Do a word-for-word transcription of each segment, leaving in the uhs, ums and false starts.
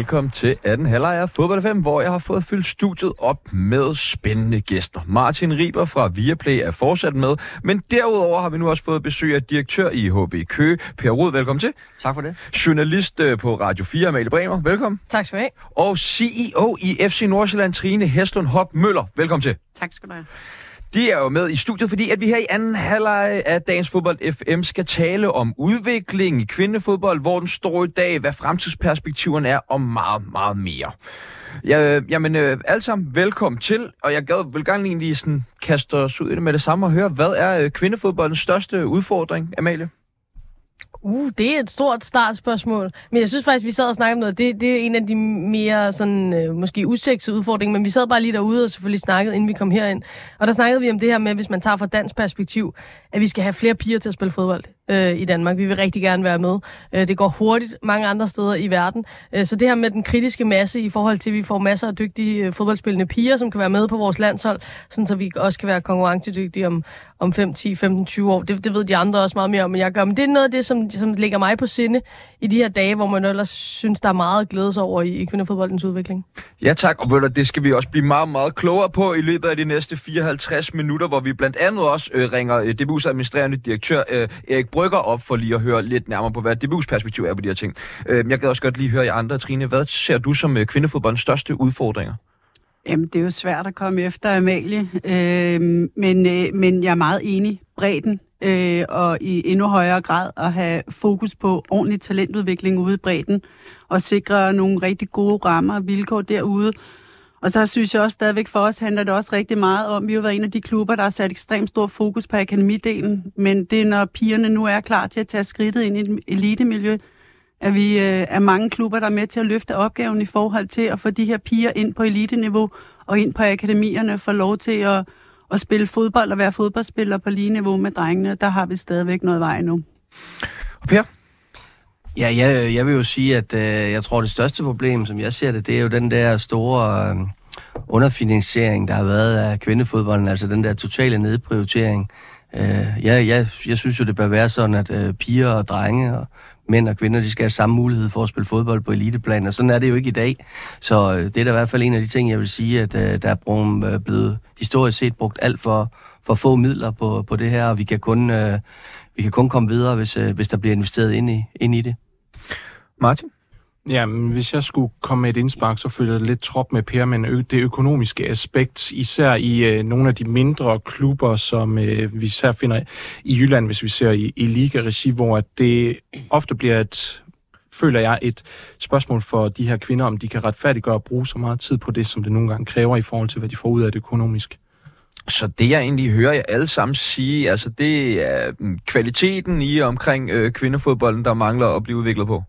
velkommen til anden halvleg af Fodbold F M, hvor jeg har fået fyldt studiet op med spændende gæster. Martin Riber fra Viaplay er fortsat med, men derudover har vi nu også fået besøg af direktør i H B Køge, Per Rud, velkommen til. Tak for det. Journalist på Radio fire, Amalie Bremer, velkommen. Tak skal du have. Og C E O i F C Nordsjælland, Trine Heslund Hopp Møller, velkommen til. Tak skal du have. De er jo med i studiet, fordi at vi her i anden halvleg af dagens Fodbold F M skal tale om udvikling i kvindefodbold, hvor den står i dag, hvad fremtidsperspektiverne er og meget, meget mere. Ja, jamen, øh, alle sammen velkommen til, og jeg gad, vil gerne egentlig sådan kaste os ud i det med det samme og høre, hvad er øh, kvindefodboldens største udfordring, Amalie? Uh, det er et stort startspørgsmål. Men jeg synes faktisk, vi sad og snakkede om noget. Det, det er en af de mere sådan, øh, måske usexede udfordringer, men vi sad bare lige derude og selvfølgelig snakkede, inden vi kom herind. Og der snakkede vi om det her med, hvis man tager fra dansk perspektiv, at vi skal have flere piger til at spille fodbold øh, i Danmark. Vi vil rigtig gerne være med. Øh, det går hurtigt mange andre steder i verden. Øh, så det her med den kritiske masse i forhold til, at vi får masser af dygtige øh, fodboldspillende piger, som kan være med på vores landshold, sådan så vi også kan være konkurrencedygtige om, om fem, ti, femten, tyve år. Det, det ved de andre også meget mere om, end jeg gør. Men det er noget af det, som, som ligger mig på sinde i de her dage, hvor man ellers synes, der er meget at glæde sig over i, i kvindefodboldens udvikling. Ja tak, og ved du, det skal vi også blive meget, meget klogere på i løbet af de næste fireoghalvtreds minutter, hvor vi blandt andet også øh, ringer øh, D B U's administrerende direktør øh, Erik Brygger op for lige at høre lidt nærmere på, hvad D B U's perspektiv er på de her ting. Øh, jeg kan også godt lige høre jer andre, Trine. Hvad ser du som øh, kvindefodboldens største udfordringer? Jamen, det er jo svært at komme efter Amalie, øh, men, øh, men jeg er meget enig. Bredden øh, og i endnu højere grad at have fokus på ordentlig talentudvikling ude i bredden og sikre nogle rigtig gode rammer og vilkår derude. Og så synes jeg også stadigvæk for os handler det også rigtig meget om, vi har været en af de klubber, der har sat ekstremt stor fokus på akademidelen, men det er, når pigerne nu er klar til at tage skridtet ind i et elitemiljø, at vi øh, er mange klubber, der er med til at løfte opgaven i forhold til at få de her piger ind på eliteniveau og ind på akademierne, for lov til at, at spille fodbold og være fodboldspillere på lige niveau med drengene. Der har vi stadigvæk noget vej nu. Og Per? Ja, jeg, jeg vil jo sige, at øh, jeg tror, det største problem, som jeg ser det, det er jo den der store øh, underfinansiering, der har været af kvindefodbolden, altså den der totale nedprioritering. Øh, jeg, jeg, jeg synes jo, det bør være sådan, at øh, piger og drenge og mænd og kvinder, de skal have samme mulighed for at spille fodbold på eliteplan, og sådan er det jo ikke i dag. Så øh, det er da i hvert fald en af de ting, jeg vil sige, at øh, der er brugt, øh, blevet historisk set brugt alt for, for få midler på, på det her, og vi kan kun, øh, vi kan kun komme videre, hvis, øh, hvis der bliver investeret ind i, ind i det. Martin? Ja, men hvis jeg skulle komme med et indspark, så følger det lidt trop med Per, men ø- det økonomiske aspekt, især i øh, nogle af de mindre klubber, som øh, vi især finder i Jylland, hvis vi ser i, i liga-regi, hvor det ofte bliver et, føler jeg, et spørgsmål for de her kvinder, om de kan retfærdiggøre og bruge så meget tid på det, som det nogle gange kræver i forhold til, hvad de får ud af det økonomisk. Så det, jeg egentlig hører jer alle sammen sige, altså det er kvaliteten i omkring øh, kvindefodbolden, der mangler at blive udviklet på?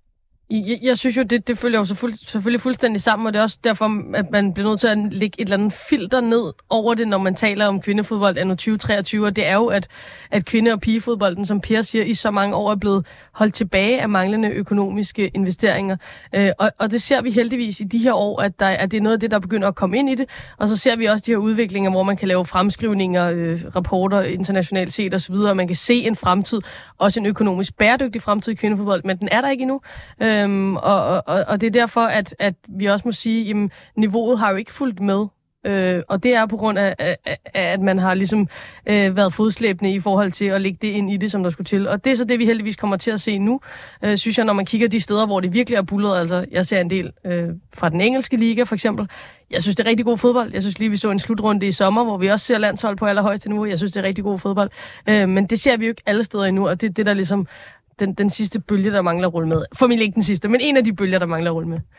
Jeg, jeg synes jo, det, det følger jo så fuld, selvfølgelig fuldstændig sammen, og det er også derfor, at man bliver nødt til at lægge et eller andet filter ned over det, når man taler om kvindefodbold anno tyve treogtyve, og det er jo, at, at kvinde- og pigefodbolden, som Per siger, i så mange år er blevet holdt tilbage af manglende økonomiske investeringer. Øh, og, og det ser vi heldigvis i de her år, at, der, at det er noget af det, der begynder at komme ind i det, og så ser vi også de her udviklinger, hvor man kan lave fremskrivninger, øh, rapporter internationalt set osv., og man kan se en fremtid, også en økonomisk bæredygtig fremtid i kvindefodbold, men den er der ikke endnu. Øh, Øhm, og, og, og det er derfor, at, at vi også må sige, at niveauet har jo ikke fulgt med. Øh, og det er på grund af, af, af at man har ligesom øh, været fodslæbende i forhold til at lægge det ind i det, som der skulle til. Og det er så det, vi heldigvis kommer til at se nu, øh, synes jeg, når man kigger de steder, hvor det virkelig er bullet. Altså, jeg ser en del øh, fra den engelske liga, for eksempel. Jeg synes, det er rigtig god fodbold. Jeg synes lige, vi så en slutrunde i sommer, hvor vi også ser landshold på allerhøjeste niveau. Jeg synes, det er rigtig god fodbold. Øh, men det ser vi jo ikke alle steder endnu, og det er det, der ligesom Den, den sidste bølge, der mangler at rulle med. Formentlig ikke den sidste, men en af de bølger, der mangler at rulle med.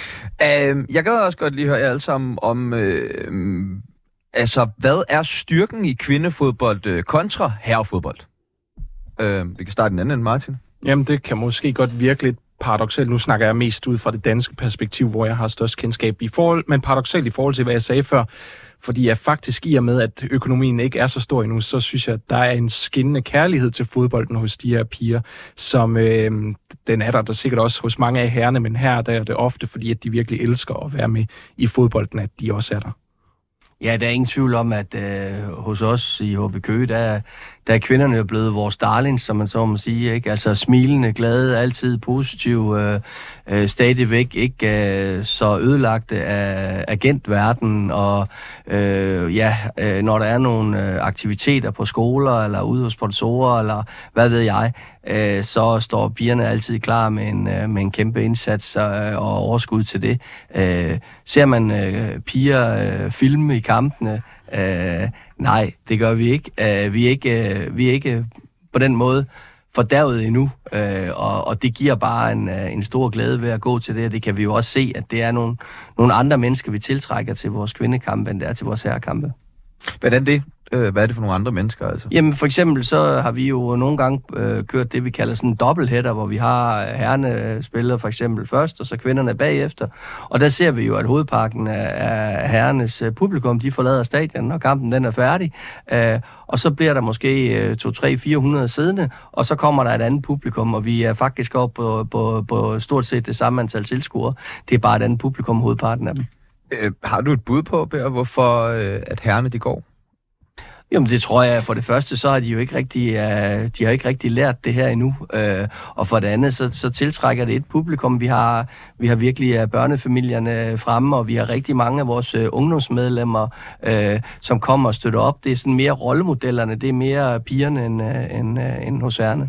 Uh, jeg gad også godt lige høre jer alle sammen om, uh, altså, hvad er styrken i kvindefodbold uh, kontra herrefodbold? Uh, vi kan starte den anden end Martin. Jamen, det kan måske godt virke lidt paradoksalt. Nu snakker jeg mest ud fra det danske perspektiv, hvor jeg har størst kendskab i forhold, men paradoksalt i forhold til, hvad jeg sagde før. Fordi jeg faktisk i og med, at økonomien ikke er så stor endnu, så synes jeg, at der er en skinnende kærlighed til fodbolden hos de her piger, som øh, den er der, der sikkert også hos mange af herrerne, men her der er det ofte, fordi at de virkelig elsker at være med i fodbolden, at de også er der. Ja, der er ingen tvivl om, at øh, hos os i H B Køge, der, der er kvinderne jo blevet vores darlings, som man så må sige, ikke? Altså smilende, glade, altid positiv, øh, øh, stadigvæk ikke øh, så ødelagte af agentverden, og øh, ja, øh, når der er nogle øh, aktiviteter på skoler, eller ude hos sponsorer, eller hvad ved jeg, øh, så står pigerne altid klar med en, øh, med en kæmpe indsats øh, og overskud til det. Øh, ser man øh, piger øh, filme i kampene? Øh, nej, det gør vi ikke. Øh, vi er ikke, øh, vi er ikke på den måde fordærvet endnu, øh, og, og det giver bare en, en stor glæde ved at gå til det, og det kan vi jo også se, at det er nogle, nogle andre mennesker, vi tiltrækker til vores kvindekampe, end det er til vores herrekampe. Hvordan det? Hvad er det for nogle andre mennesker, altså? Jamen, for eksempel så har vi jo nogle gange øh, kørt det, vi kalder sådan en dobbelthætter, hvor vi har herrene spiller for eksempel først, og så kvinderne bagefter. Og der ser vi jo, at hovedparten af, af herrenes publikum, de forlader stadion, når kampen den er færdig. Øh, og så bliver der måske to, tre, fire hundrede siddende, og så kommer der et andet publikum, og vi er faktisk oppe på, på, på stort set det samme antal tilskuere. Det er bare et andet publikum, hovedparten af dem. Øh, har du et bud på, Bære, hvorfor øh, at herrene de går? Jamen det tror jeg, for det første, så har de jo ikke rigtig, uh, de har ikke rigtig lært det her endnu, uh, og for det andet, så, så tiltrækker det et publikum. Vi har, vi har virkelig uh, børnefamilierne fremme, og vi har rigtig mange af vores uh, ungdomsmedlemmer, uh, som kommer og støtter op. Det er sådan mere rollemodellerne, det er mere pigerne end, uh, end, uh, end hos herrene.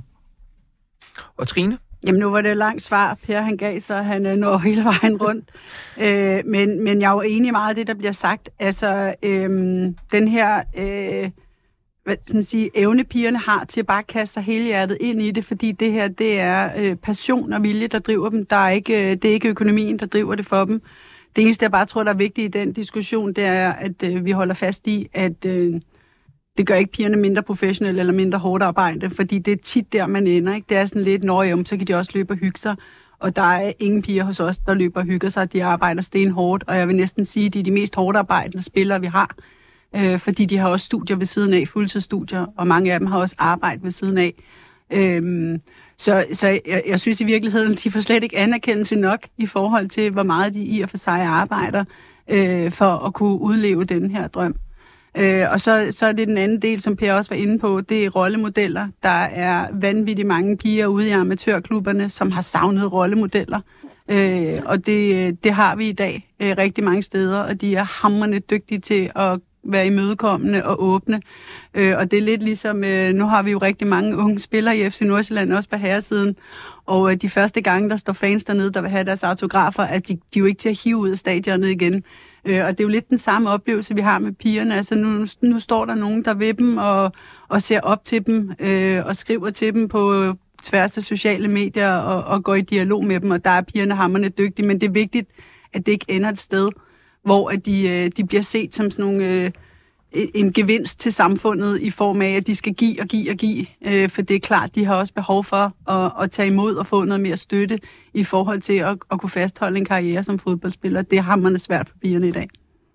Og Trine? Jamen nu var det et langt svar, Per han gav, så han øh, når hele vejen rundt. øh, men, men jeg er jo enig meget af det, der bliver sagt. Altså, øh, den her øh, hvad skal man sige, evne, pigerne har til at bare kaste sig hele hjertet ind i det, fordi det her, det er øh, passion og vilje, der driver dem. Der er ikke, det er ikke økonomien, der driver det for dem. Det eneste, jeg bare tror, der er vigtigt i den diskussion, det er, at øh, vi holder fast i, at øh, det gør ikke pigerne mindre professionelle eller mindre hårdt arbejde, fordi det er tit der, man ender. Ikke? Det er sådan lidt, når jo, så kan de også løbe og hygge sig. Og der er ingen piger hos os, der løber og hygger sig. De arbejder stenhårdt, og jeg vil næsten sige, at de er de mest hårdt arbejdende spillere, vi har. Øh, fordi de har også studier ved siden af, fuldtidsstudier, og mange af dem har også arbejde ved siden af. Øh, så så jeg, jeg synes i virkeligheden, de får slet ikke anerkendelse nok i forhold til, hvor meget de i og for sig arbejder øh, for at kunne udleve den her drøm. Øh, og så, så er det den anden del, som Per også var inde på, det er rollemodeller. Der er vanvittigt mange piger ude i amatørklubberne, som har savnet rollemodeller. Øh, og det, det har vi i dag øh, rigtig mange steder, og de er hamrende dygtige til at være imødekommende og åbne. Øh, og det er lidt ligesom, øh, nu har vi jo rigtig mange unge spillere i F C Nordsjælland, også på herresiden. Og øh, de første gange, der står fans dernede, der vil have deres autografer, at de, de er jo ikke til at hive ud af stadionet igen. Øh, og det er jo lidt den samme oplevelse, vi har med pigerne. Altså nu, nu står der nogen, der ved dem og, og ser op til dem øh, og skriver til dem på tværs af sociale medier og, og går i dialog med dem. Og der er pigerne hamrende dygtige, men det er vigtigt, at det ikke ender et sted, hvor at de, øh, de bliver set som sådan nogle, øh, en gevinst til samfundet i form af, at de skal give og give og give. Øh, for det er klart, de har også behov for at, at tage imod og få noget mere støtte i forhold til at, at kunne fastholde en karriere som fodboldspiller. Det er hamrende svært for pigerne i dag.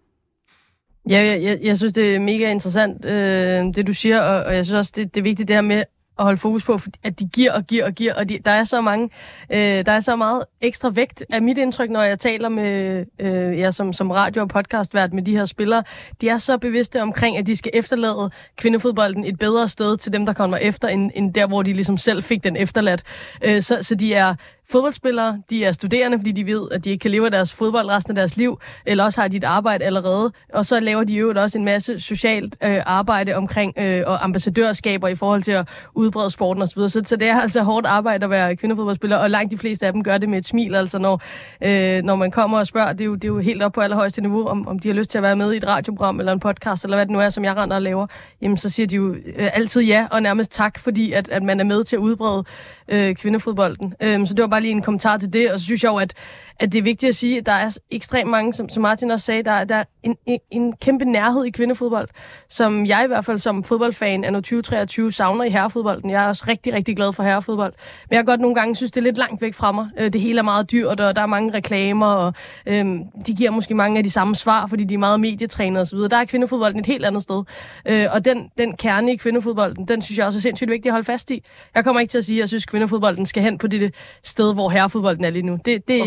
Ja, jeg, jeg, jeg synes, det er mega interessant, øh, det du siger, og, og jeg synes også, det, det er vigtigt det her med at holde fokus på, at de giver og giver og giver, og de, der er så mange, øh, der er så meget ekstra vægt af mit indtryk, når jeg taler med øh, ja, som, som radio- og podcastvært med de her spillere. De er så bevidste omkring, at de skal efterlade kvindefodbolden et bedre sted til dem, der kommer efter, end, end der, hvor de ligesom selv fik den efterladt. Øh, så, så de er fodboldspillere, de er studerende, fordi de ved, at de ikke kan leve af deres fodbold resten af deres liv, eller også har de et arbejde allerede, og så laver de jo også en masse socialt øh, arbejde omkring øh, og ambassadørskaber i forhold til at udbrede sporten osv. Så, så det er altså hårdt arbejde at være kvindefodboldspiller, og langt de fleste af dem gør det med et smil, altså når, øh, når man kommer og spørger, det er jo, det er jo helt op på allerhøjeste niveau, om, om de har lyst til at være med i et radioprogram eller en podcast, eller hvad det nu er, som jeg render og laver, jamen så siger de jo øh, altid ja, og nærmest tak, fordi at, at man er med til at udbrede øh, kvindefodbolden. Øh, så det var bare lige en kommentar til det, og så synes jeg jo, at, at det er vigtigt at sige, at der er ekstremt mange, som, som Martin også sagde, der, der er en, en, en kæmpe nærhed i kvindefodbold, som jeg i hvert fald som fodboldfan anno tyve treogtyve savner i herrefodbolden. Jeg er også rigtig, rigtig glad for herrefodbold. Men jeg har godt nogle gange synes, det er lidt langt væk fra mig. Det hele er meget dyrt, og der er mange reklamer, og øhm, de giver måske mange af de samme svar, fordi de er meget medietrænere osv. Der er kvindefodbolden et helt andet sted. Øh, og den, den kerne i kvindefodbolden, den synes jeg også er sindssygt vigtig at holde fast i. Jeg kommer ikke til at sige, at jeg synes, at kvindefodbolden skal hen på det sted, hvor herrefodbolden er lige nu. Det, det er okay. ikke et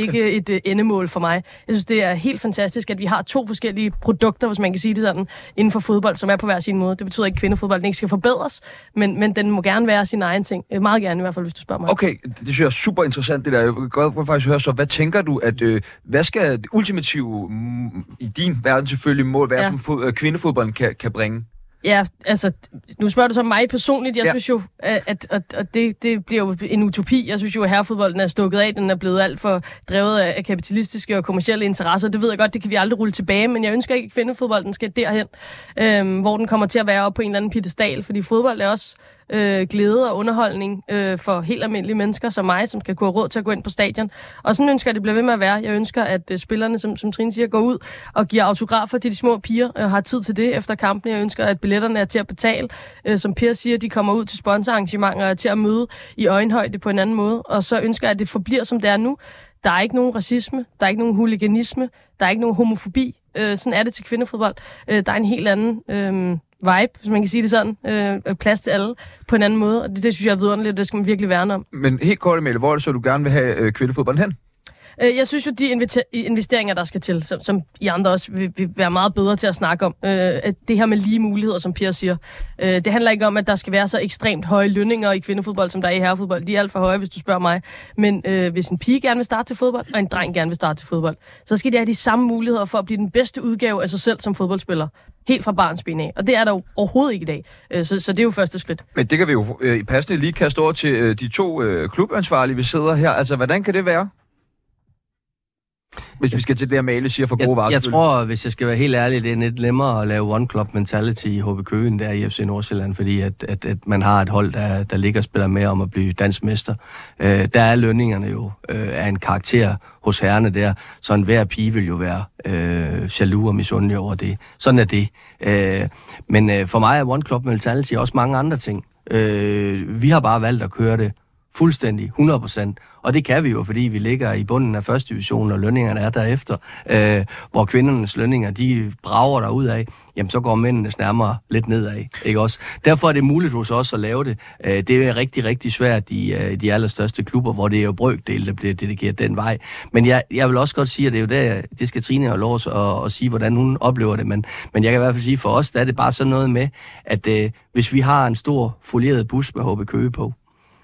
et uh, endemål for mig. Jeg synes, det er helt fantastisk, at vi har to forskellige produkter, hvis man kan sige det sådan, inden for fodbold, som er på hver sin måde. Det betyder ikke, at kvindefodbolden ikke skal forbedres, men, men den må gerne være sin egen ting. Meget gerne i hvert fald, hvis du spørger mig. Okay, det synes jeg er super interessant, det der. Jeg vil godt faktisk høre så, hvad tænker du, at øh, hvad skal det ultimative mm, i din verden selvfølgelig mål være, ja. som fod, øh, kvindefodbolden kan, kan bringe? Ja, altså, nu spørger du så mig personligt. Jeg ja. synes jo, at, at, at det, det bliver jo en utopi. Jeg synes jo, at herrefodbolden er stukket af. Den er blevet alt for drevet af kapitalistiske og kommercielle interesser. Det ved jeg godt, det kan vi aldrig rulle tilbage, men jeg ønsker ikke, at kvindefodbolden skal derhen, øhm, hvor den kommer til at være oppe på en eller anden piedestal, fordi fodbold er også øh, glæde og underholdning øh, for helt almindelige mennesker som mig, som skal kunne have råd til at gå ind på stadion. Og sådan ønsker jeg, at det bliver ved med at være. Jeg ønsker, at øh, spillerne, som, som Trine siger, går ud og giver autografer til de små piger, og øh, har tid til det efter kampen. Jeg ønsker, at billetterne er til at betale. Øh, som Per siger, de kommer ud til sponsorarrangementer og til at møde i øjenhøjde på en anden måde. Og så ønsker jeg, at det forbliver, som det er nu. Der er ikke nogen racisme, der er ikke nogen huliganisme, der er ikke nogen homofobi. Øh, sådan er det til kvindefodbold. Øh, der er en helt anden øh, vibe, hvis man kan sige det sådan. Øh, plads til alle på en anden måde. Og det, det synes jeg er vidunderligt, og det skal man virkelig værne om. Men helt kort, Amalie, hvor er det så, du gerne vil have øh, kvindefodbolden hen? Jeg synes jo, de investeringer, der skal til, som, som I andre også vil, vil være meget bedre til at snakke om, øh, at det her med lige muligheder, som Per siger, øh, det handler ikke om, at der skal være så ekstremt høje lønninger i kvindefodbold, som der er i herrefodbold. De er alt for høje, hvis du spørger mig. Men øh, hvis en pige gerne vil starte til fodbold, og en dreng gerne vil starte til fodbold, så skal de have de samme muligheder for at blive den bedste udgave af sig selv som fodboldspiller. Helt fra barnsben af. Og det er der jo overhovedet ikke i dag. Øh, så, så det er jo første skridt. Men det kan vi jo øh, passende lige kaste over til øh, de to øh, klubansvarlige, vi sidder her. Altså, hvordan kan det være? Hvis vi skal til det, Amalie siger for gode varer. Jeg, jeg tror, hvis jeg skal være helt ærlig, det er lidt nemmere at lave one club mentality i H B Køge, der i F C Nordsjælland, fordi at, at, at man har et hold, der, der ligger og spiller med om at blive dansk mester. Øh, der er lønningerne jo øh, af en karakter hos herrerne der, så enhver pige vil jo være øh, jaloux og misundelig over det. Sådan er det. Øh, men øh, for mig er one club mentality også mange andre ting. Øh, vi har bare valgt at køre det fuldstændig, hundrede procent. Og det kan vi jo, fordi vi ligger i bunden af første division, og lønningerne er derefter. Øh, hvor kvindernes lønninger, de brager der ud af, jamen så går mændenes nærmere lidt nedad, ikke også? Derfor er det muligt hos os at lave det. Øh, det er rigtig, rigtig svært i uh, de allerstørste klubber, hvor det er jo brøkdel, der bliver dedikeret den vej. Men jeg, jeg vil også godt sige, at det er jo der, det skal Trine have lov at, at sige, hvordan hun oplever det. Men, men jeg kan i hvert fald sige, for os, der er det bare sådan noget med, at uh, hvis vi har en stor folieret bus med H B Køge på,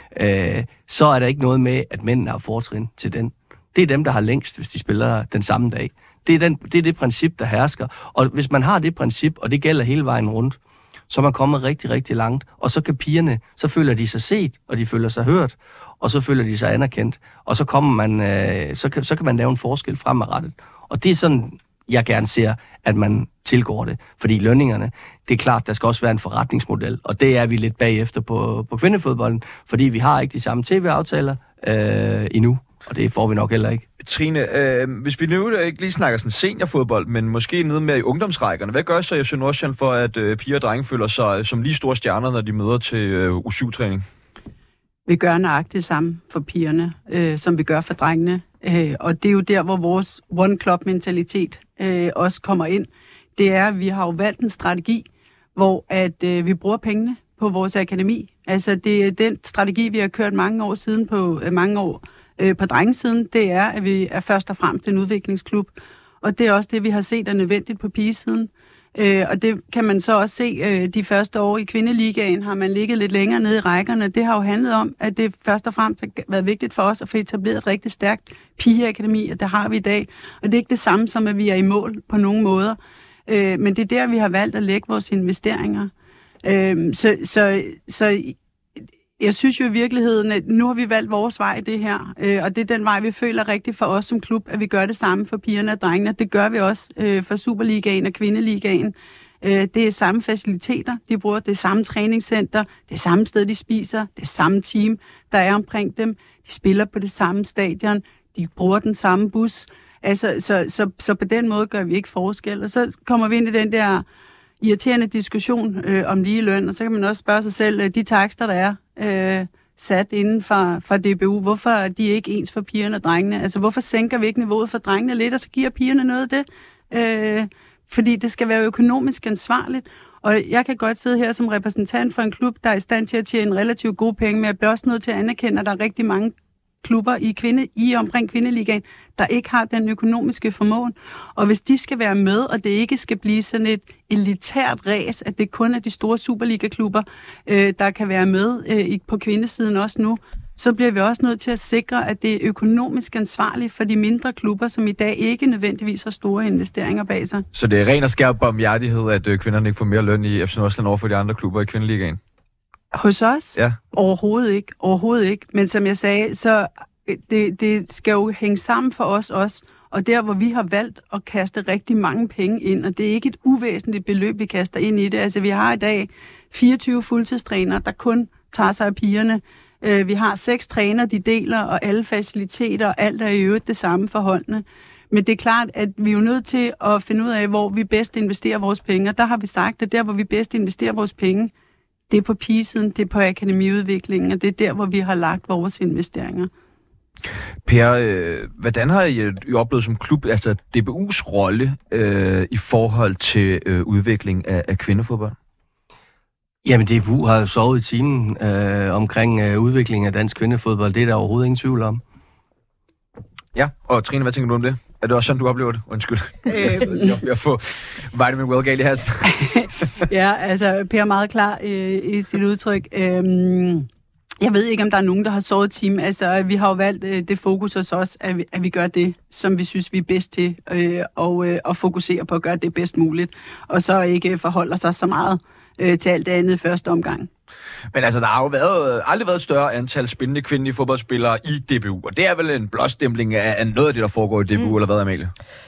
Øh, så er der ikke noget med, at mændene har fortrin til den. Det er dem, der har længst, hvis de spiller den samme dag. Det er, den, det er det princip, der hersker. Og hvis man har det princip, og det gælder hele vejen rundt, så er man kommet rigtig, rigtig langt. Og så kan pigerne, så føler de sig set, og de føler sig hørt, og så føler de sig anerkendt. Og så, kommer man, øh, så, kan, så kan man lave en forskel fremadrettet. Og det er sådan, jeg gerne ser, at man tilgår det. Fordi lønningerne, det er klart, der skal også være en forretningsmodel, og det er vi lidt bagefter på, på kvindefodbolden, fordi vi har ikke de samme tv-aftaler øh, endnu, og det får vi nok heller ikke. Trine, øh, hvis vi nu ikke lige snakker sådan seniorfodbold, men måske nede med i ungdomsrækkerne, hvad gør så i F C Nordsjælland for, at øh, piger og drenge føler sig som lige store stjerner, når de møder til øh, U syv-træning? Vi gør nøjagtigt det samme for pigerne, øh, som vi gør for drengene. Øh, og det er jo der, hvor vores one club mentalitet øh, også kommer ind. Det er, at vi har jo valgt en strategi, hvor at øh, vi bruger pengene på vores akademi. Altså det er den strategi, vi har kørt mange år siden på øh, mange år øh, på drengesiden. Det er, at vi er først og fremmest en udviklingsklub. Og det er også det, vi har set er nødvendigt på pigesiden. Øh, og det kan man så også se, øh, de første år i kvindeligaen har man ligget lidt længere nede i rækkerne. Det har jo handlet om, at det først og fremmest har været vigtigt for os at få etableret et rigtig stærkt pigeakademi, og det har vi i dag. Og det er ikke det samme som, at vi er i mål på nogen måder. Øh, men det er der, vi har valgt at lægge vores investeringer. Øh, så, så, så jeg synes jo i virkeligheden, at nu har vi valgt vores vej i det her, øh, og det er den vej, vi føler rigtigt for os som klub, at vi gør det samme for pigerne og drengene. Det gør vi også øh, for Superligaen og Kvindeligaen. Øh, det er samme faciliteter, de bruger, det er samme træningscenter, det er samme sted, de spiser, det er samme team, der er omkring dem. De spiller på det samme stadion, de bruger den samme bus. Altså, så, så, så på den måde gør vi ikke forskel. Og så kommer vi ind i den der irriterende diskussion øh, om lige løn, og så kan man også spørge sig selv, øh, de takster, der er øh, sat inden for, for D B U, hvorfor er de ikke ens for pigerne og drengene? Altså, hvorfor sænker vi ikke niveauet for drengene lidt, og så giver pigerne noget af det? Øh, fordi det skal være økonomisk ansvarligt. Og jeg kan godt sidde her som repræsentant for en klub, der er i stand til at tjene relativt gode penge, men jeg bliver også nødt til at anerkende, at der er rigtig mange klubber i, kvinde, i omkring kvindeligaen, der ikke har den økonomiske formåen. Og hvis de skal være med, og det ikke skal blive sådan et elitært ræs, at det kun er de store Superliga-klubber, øh, der kan være med øh, på kvindesiden også nu, så bliver vi også nødt til at sikre, at det er økonomisk ansvarligt for de mindre klubber, som i dag ikke nødvendigvis har store investeringer bag sig. Så det er ren og skær barmhjertighed, at øh, kvinderne ikke får mere løn i F C Nordsjælland over for de andre klubber i kvindeligaen? Hos os? Ja. Overhovedet ikke. Overhovedet ikke. Men som jeg sagde, så det, det skal jo hænge sammen for os også. Og der, hvor vi har valgt at kaste rigtig mange penge ind, og det er ikke et uvæsentligt beløb, vi kaster ind i det. Altså, vi har i dag fireogtyve fuldtidstrænere, der kun tager sig af pigerne. Vi har seks træner, de deler, og alle faciliteter, og alt er i øvrigt det samme for holdene. Men det er klart, at vi er jo nødt til at finde ud af, hvor vi bedst investerer vores penge. Og der har vi sagt, at der, hvor vi bedst investerer vores penge, det er på pigesiden, det er på akademiudviklingen, og det er der, hvor vi har lagt vores investeringer. Per, øh, hvordan har I, I oplevet som klub, altså D B U's rolle øh, i forhold til øh, udvikling af, af kvindefodbold? Jamen, D B U har jo sovet i timen øh, omkring øh, udviklingen af dansk kvindefodbold. Det er der overhovedet ingen tvivl om. Ja, og Trine, hvad tænker du om det? Er det også sådan, du oplever det? Undskyld. Øhm. Jeg er ved at få vitamin well galt i halsen. Ja, altså Per er meget klar øh, i sit udtryk. Øhm, jeg ved ikke, om der er nogen, der har sovet team. Altså, vi har jo valgt øh, det fokus hos os, at vi, at vi gør det, som vi synes, vi er bedst til, øh, og, øh, og fokusere på at gøre det bedst muligt. Og så ikke forholde sig så meget øh, til alt det andet i første omgang. Men altså, der har jo været, aldrig været et større antal spændende kvindelige fodboldspillere i D B U, og det er vel en blåstempling af, af noget af det, der foregår i D B U, mm. eller hvad, Amalie?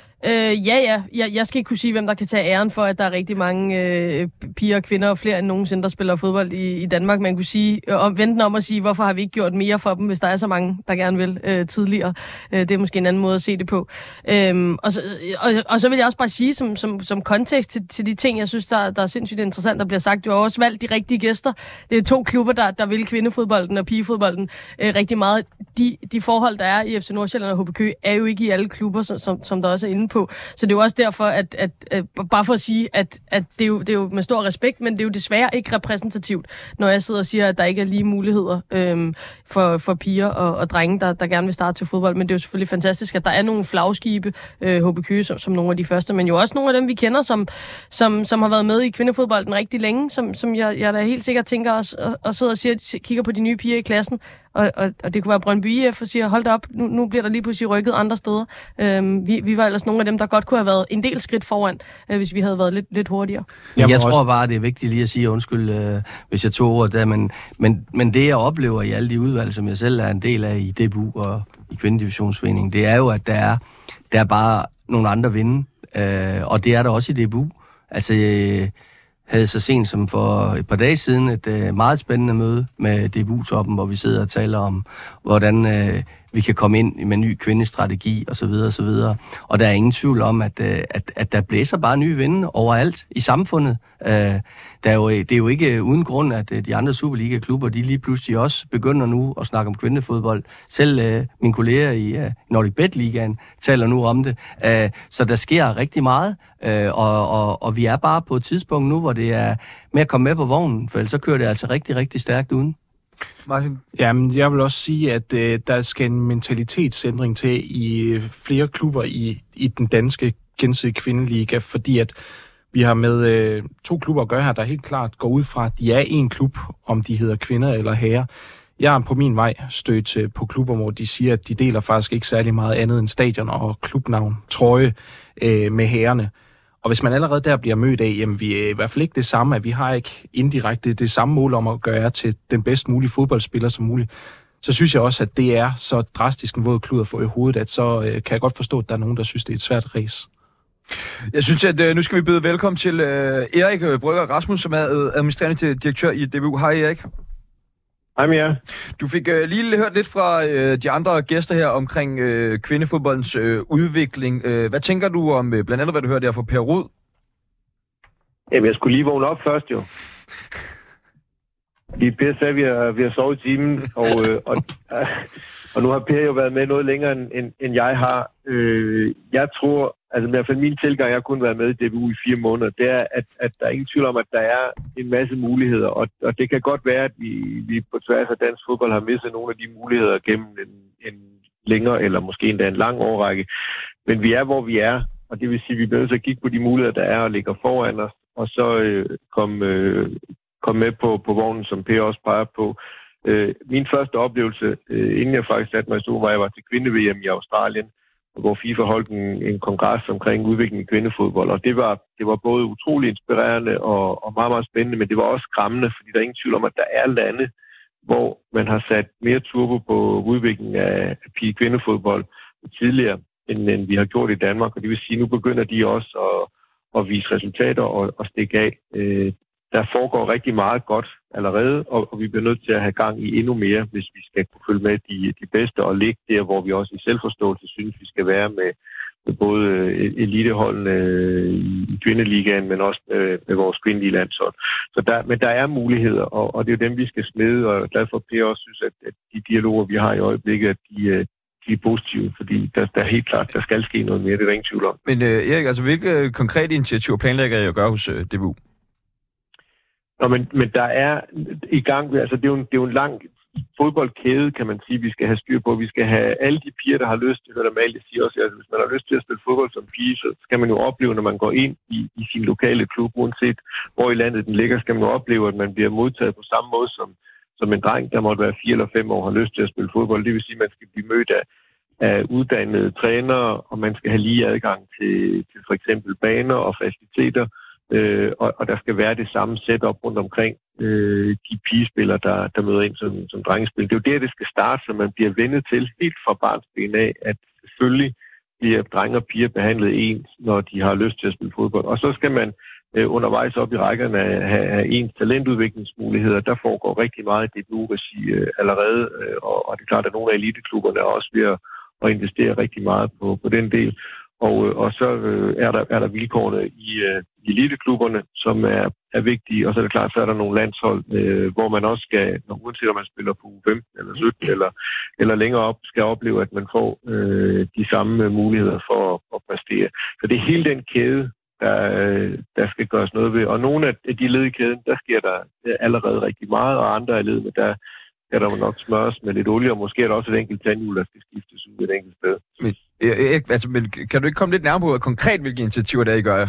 Øh, ja, ja. Jeg, jeg skal ikke kunne sige, hvem der kan tage æren for, at der er rigtig mange øh, piger og kvinder og flere end nogensinde, der spiller fodbold i, i Danmark. Man kunne sige, øh, vente om at sige, hvorfor har vi ikke gjort mere for dem, hvis der er så mange, der gerne vil øh, tidligere. Øh, det er måske en anden måde at se det på. Øh, og, så, og, og så vil jeg også bare sige, som, som, som kontekst til, til de ting, jeg synes, der, der er sindssygt interessant, der bliver sagt. Du har også valgt de rigtige gæster. Det er to klubber, der, der vil kvindefodbolden og pigefodbolden øh, rigtig meget. De, de forhold, der er i F C Nordsjælland og H B Køge, er jo ikke i alle klubber, som, som, som der også er inde på. Så det er jo også derfor, at, at, at bare for at sige, at, at det, er jo, det er jo med stor respekt, men det er jo desværre ikke repræsentativt, når jeg sidder og siger, at der ikke er lige muligheder øhm, for, for piger og, og drenge, der, der gerne vil starte til fodbold. Men det er jo selvfølgelig fantastisk, at der er nogle flagskibe, øh, H B Køge som, som nogle af de første, men jo også nogle af dem, vi kender, som, som, som har været med i kvindefodbolden rigtig længe, som, som jeg, jeg da helt sikkert tænker os og, og sidder og siger, kigger på de nye piger i klassen. Og, og, og det kunne være Brøndby I F og siger, hold da op, nu, nu bliver der lige pludselig rykket andre steder. Øhm, vi, vi var ellers nogle af dem, der godt kunne have været en del skridt foran, øh, hvis vi havde været lidt, lidt hurtigere. Jeg, jeg tror bare, det er vigtigt lige at sige undskyld, øh, hvis jeg tog ordet der, men, men, men det, jeg oplever i alle de udvalg, som jeg selv er en del af i D B U og i Kvindedivisionsforeningen, det er jo, at der er, der er bare nogle andre vinde, øh, og det er der også i D B U. Altså, øh, havde så sent som for et par dage siden et øh, meget spændende møde med D B U-toppen, hvor vi sidder og taler om, hvordan øh, vi kan komme ind med ny kvindestrategi osv. osv. Og der er ingen tvivl om, at, øh, at, at der blæser bare nye vinde overalt i samfundet. Øh, der er jo, det er jo ikke uden grund, at øh, de andre Superliga-klubber, de lige pludselig også begynder nu at snakke om kvindefodbold. Selv øh, mine kolleger i øh, Nordic Bet-ligaen taler nu om det. Øh, så der sker rigtig meget, øh, og, og, og vi er bare på et tidspunkt nu, hvor det er med at komme med på vognen, for ellers så kører det altså rigtig, rigtig stærkt uden. Martin? Jamen, jeg vil også sige, at øh, der skal en mentalitetsændring til i flere klubber i, i den danske gensidige kvindeliga, fordi at vi har med øh, to klubber at gøre her, der helt klart går ud fra, at de er en klub, om de hedder kvinder eller herrer. Jeg er på min vej stødt øh, på klubber, hvor de siger, at de deler faktisk ikke særlig meget andet end stadion og klubnavn, trøje øh, med herrerne. Og hvis man allerede der bliver mødt af, jamen vi er i hvert fald ikke det samme, at vi har ikke indirekte det samme mål om at gøre til den bedst mulige fodboldspiller som muligt, så synes jeg også, at det er så drastisk en våd klud at få i hovedet, at så øh, kan jeg godt forstå, at der er nogen, der synes, det er et svært race. Jeg synes, at øh, nu skal vi byde velkommen til øh, Erik Brygger Rasmus, som er administrerende direktør i D B U. Hej Erik. Hej med jer. Du fik øh, lige hørt lidt fra øh, de andre gæster her omkring øh, kvindefodboldens øh, udvikling. Øh, hvad tænker du om øh, blandt andet, hvad du hørte der fra Per Rud? Jamen, jeg skulle lige vågne op først jo. Vi Per sagde, at vi har, vi har sovet i timen, og, øh, og, øh, og nu har Per jo været med noget længere, end, end jeg har. Øh, jeg tror, altså i hvert fald min tilgang, jeg har kun været med i D B U i fire måneder, det er, at, at der er ingen tvivl om, at der er en masse muligheder, og, og det kan godt være, at vi, vi på tværs af dansk fodbold har mistet nogle af de muligheder gennem en, en længere, eller måske endda en lang årrække. Men vi er, hvor vi er, og det vil sige, at vi bliver nødt til at kigge på de muligheder, der er og ligger foran os, og så øh, komme øh, kom med på, på vognen, som Per også peger på. Øh, min første oplevelse, øh, inden jeg faktisk satte mig i stuen, var, jeg var til kvinde-V M i Australien, hvor FIFA holdt en, en kongres omkring udviklingen i kvindefodbold, og det var, det var både utrolig inspirerende og, og meget, meget spændende, men det var også skræmmende, fordi der er ingen tvivl om, at der er lande, hvor man har sat mere turbo på udviklingen af pige-kvindefodbold tidligere, end, end vi har gjort i Danmark, og det vil sige, at nu begynder de også at, at vise resultater og, og stikke af. Øh, der foregår rigtig meget godt allerede, og, og vi bliver nødt til at have gang i endnu mere, hvis vi skal kunne følge med de, de bedste og ligge der, hvor vi også i selvforståelse synes, vi skal være med, med både eliteholdene i kvindeligaen, men også med, med vores kvindelige landshold. Så der, men der er muligheder, og, og det er jo dem, vi skal smede, og jeg er glad for, at Per også synes, at, at de dialoger, vi har i øjeblikket, at de, de er positive, fordi der, der er helt klart, der skal ske noget mere, det er der ingen tvivl om. Men øh, Erik, altså hvilke konkrete initiativer planlægger I at gøre hos øh, D B U? Nå, men, men der er i gang, altså det er jo en, det er jo en lang fodboldkæde, kan man sige, vi skal have styr på. Vi skal have alle de piger, der har lyst til, hvad der Amalie siger også, altså hvis man har lyst til at spille fodbold som pige, så skal man jo opleve, når man går ind i, i sin lokale klub, uanset hvor i landet den ligger, skal man jo opleve, at man bliver modtaget på samme måde som, som en dreng, der måtte være fire eller fem år, har lyst til at spille fodbold. Det vil sige, at man skal blive mødt af, af uddannede trænere, og man skal have lige adgang til, til for eksempel baner og faciliteter. Øh, og, og der skal være det samme setup rundt omkring øh, de pigespillere, der, der møder ind som, som drengespil. Det er jo der, det skal starte, så man bliver vendet til helt fra barnsben af, at selvfølgelig bliver drenge og piger behandlet ens, når de har lyst til at spille fodbold. Og så skal man øh, undervejs op i rækkerne have, have ens talentudviklingsmuligheder. Der foregår rigtig meget i D B U-regi øh, allerede, øh, og, og det er klart, at nogle af eliteklubberne er også ved at, at investere rigtig meget på, på den del. Og, og så øh, er, der, er der vilkårene i øh, eliteklubberne, som er, er vigtige. Og så er det klart, så er der nogle landshold, øh, hvor man også skal, uanset om man spiller på U femten eller sytten eller, eller længere op, skal opleve, at man får øh, de samme muligheder for at, at præstere. Så det er hele den kæde, der, der skal gøres noget ved. Og nogle af de led i kæden, der sker der allerede rigtig meget, og andre af ledene, der kan der nok smøres med lidt olie, og måske er der også et enkelt tandhjul, der skal skiftes ud et enkelt sted. Men, Erik, altså, men kan du ikke komme lidt nærmere på, konkret hvilke initiativer der I gør?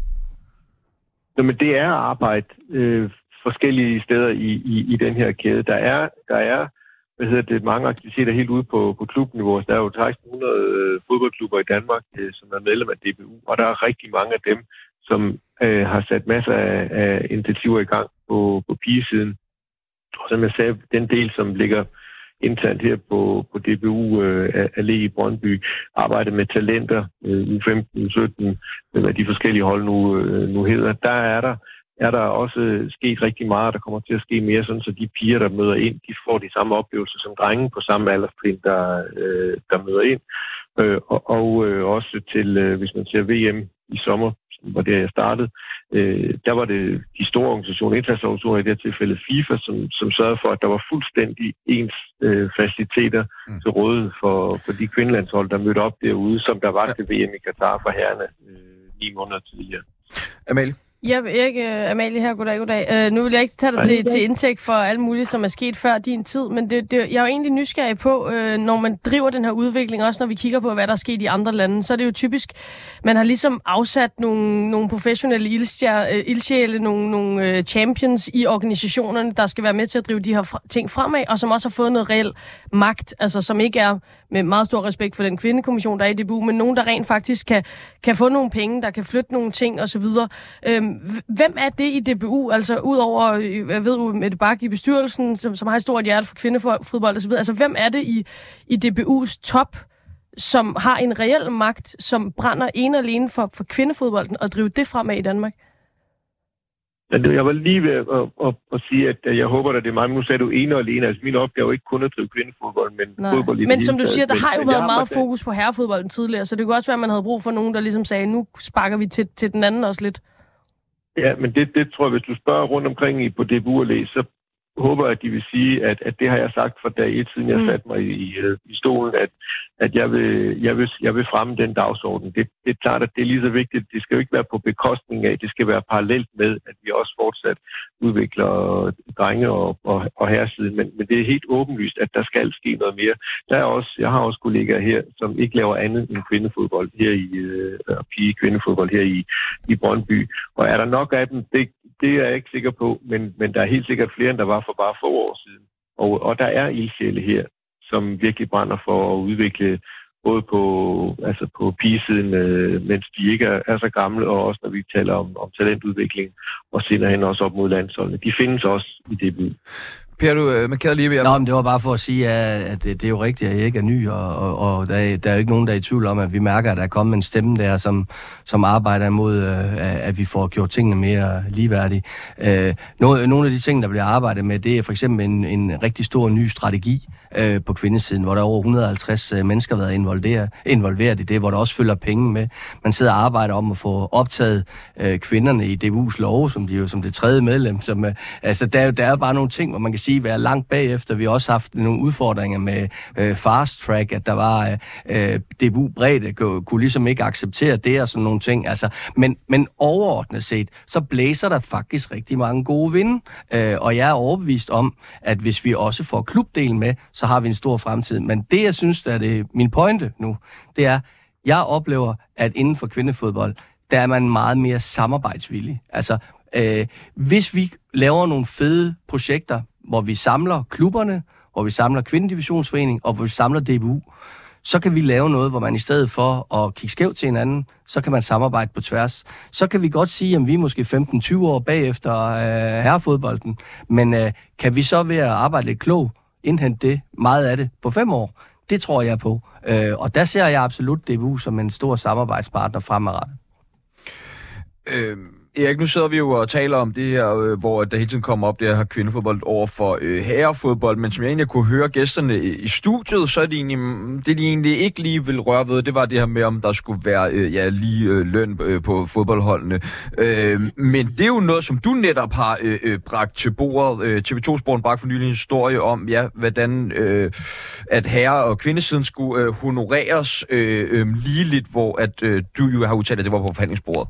Nå, men det er arbejde øh, forskellige steder i, i, i den her kæde. Der er, der er hvad hedder det, mange aktiviteter helt ude på, på klubniveau. Der er jo seksten hundrede øh, fodboldklubber i Danmark, øh, som er medlem af D B U, og der er rigtig mange af dem, som øh, har sat masser af, af initiativer i gang på, på pigesiden. Og som jeg sagde, den del, som ligger internt her på, på D B U øh, Allé i Brøndby, arbejde med talenter, øh, U femten, U sytten, hvad de forskellige hold nu, øh, nu hedder. Der er der, er der også sket rigtig meget, der kommer til at ske mere, sådan så de piger, der møder ind, de får de samme oplevelser som drenge på samme alderstrin, der, øh, der møder ind. Øh, og og øh, også til, øh, hvis man ser V M i sommer, var det, jeg startede, øh, der var det de store organisationer, internationale organisationer, i det her tilfælde FIFA, som, som sørgede for, at der var fuldstændig ens øh, faciliteter mm. til rådighed for, for de kvindelandshold, der mødte op derude, som der var ja. til V M i Katar for herrerne øh, ni måneder tidligere. Amalie? Ja, Erik, uh, Amalie her, goddag, goddag. Uh, nu vil jeg ikke tage dig til, til indtægt for alt muligt, som er sket før din tid, men det, det, jeg er jo egentlig nysgerrig på, uh, når man driver den her udvikling, også når vi kigger på, hvad der er sket i andre lande, så er det jo typisk, man har ligesom afsat nogle, nogle professionelle ildsjæle, nogle, nogle uh, champions i organisationerne, der skal være med til at drive de her fra, ting fremad, og som også har fået noget reel magt, altså som ikke er med meget stor respekt for den kvindekommission, der er i D B U, men nogen, der rent faktisk kan, kan få nogle penge, der kan flytte nogle ting osv. Øhm, hvem er det i D B U? Altså udover, jeg ved, Mette Bak i bestyrelsen, som, som har et stort hjerte for kvindefodbold osv. Altså hvem er det i, i D B U's top, som har en reel magt, som brænder en og alene for, for kvindefodbolden og driver det fremad i Danmark? Jeg var lige ved at, at, at sige, at jeg håber, at det er mig, men nu sagde du ene og alene. Altså min opgave er ikke kun at drive kvindefodbold, men Nej. fodbold i det Men som du taget. siger, der men, har jo men været har meget det. fokus på herrefodbolden tidligere, så det kunne også være, at man havde brug for nogen, der ligesom sagde, nu sparker vi til, til den anden også lidt. Ja, men det, det tror jeg, hvis du spørger rundt omkring i på D B U Allé, så håber, at de vil sige, at, at det har jeg sagt fra dag et, siden jeg Mm. satte mig i, i stolen, at, at jeg, vil, jeg, vil, jeg vil fremme den dagsorden. Det, det er klart, at det er lige så vigtigt. Det skal jo ikke være på bekostning af, det skal være parallelt med, at vi også fortsat udvikler drenge- og, og, og herresiden. Men, men det er helt åbenlyst, at der skal ske noget mere. Der er også, jeg har også kollegaer her, som ikke laver andet end kvindefodbold her i øh, pige kvindefodbold her i, i Brøndby. Og er der nok af dem? Det, det er jeg ikke sikker på, men, men der er helt sikkert flere, end der var for bare få år siden. Og, og der er ildsjæle her, som virkelig brænder for at udvikle både på, altså på pigesiden, øh, mens de ikke er, er så gamle, og også når vi taler om, om talentudvikling, og senere hen også op mod landsholdene. De findes også i D B U. Per, du øh, markerede lige ved... Nå, men det var bare for at sige, at det, det er jo rigtigt, at jeg ikke er ny, og, og, og der, er, der er jo ikke nogen, der er i tvivl om, at vi mærker, at der er kommet en stemme der, som, som arbejder imod, øh, at vi får gjort tingene mere ligeværdige. Øh, nogle, nogle af de ting, der bliver arbejdet med, det er for eksempel en, en rigtig stor ny strategi øh, på kvindesiden, hvor der er over et hundrede og halvtreds mennesker været involveret, involveret i det, hvor der også følger penge med. Man sidder og arbejder om at få optaget øh, kvinderne i D B U's lov, som de jo som det tredje medlem. Som, øh, altså, der, der er bare nogle ting, hvor man kan sige, være langt bagefter. Vi har også haft nogle udfordringer med øh, fast track, at der var øh, D B U-bredde, kunne, kunne ligesom ikke acceptere det og sådan nogle ting. Altså, men, men overordnet set, så blæser der faktisk rigtig mange gode vinde, øh, og jeg er overbevist om, at hvis vi også får klubdelen med, så har vi en stor fremtid. Men det, jeg synes, der er det, min pointe nu, det er, jeg oplever, at inden for kvindefodbold, der er man meget mere samarbejdsvillig. Altså, øh, hvis vi laver nogle fede projekter, hvor vi samler klubberne, hvor vi samler Kvindedivisionsforening, og hvor vi samler D B U, så kan vi lave noget, hvor man i stedet for at kigge skævt til hinanden, så kan man samarbejde på tværs. Så kan vi godt sige, at vi er måske femten til tyve år bagefter øh, herrefodbolden, men øh, kan vi så ved at arbejde lidt klogt, indhente det, meget af det, på fem år? Det tror jeg på. Øh, og der ser jeg absolut D B U som en stor samarbejdspartner fremadrettet. Øh... Erik, nu sidder vi jo og taler om det her, øh, hvor der hele tiden kommer op det her kvindefodbold over for øh, herrefodbold, men som jeg egentlig kunne høre gæsterne i, i studiet, så er de egentlig, det de egentlig ikke lige vil røre ved, det var det her med, om der skulle være øh, ja, lige øh, løn øh, på fodboldholdene. Øh, men det er jo noget, som du netop har øh, øh, bragt til bordet. Øh, T V to-sporten bragte for nylig en historie om, ja, hvordan øh, at herre- og kvindesiden skulle øh, honoreres øh, øh, ligeligt, hvor at, øh, du jo har udtalt, at det var på forhandlingsbordet.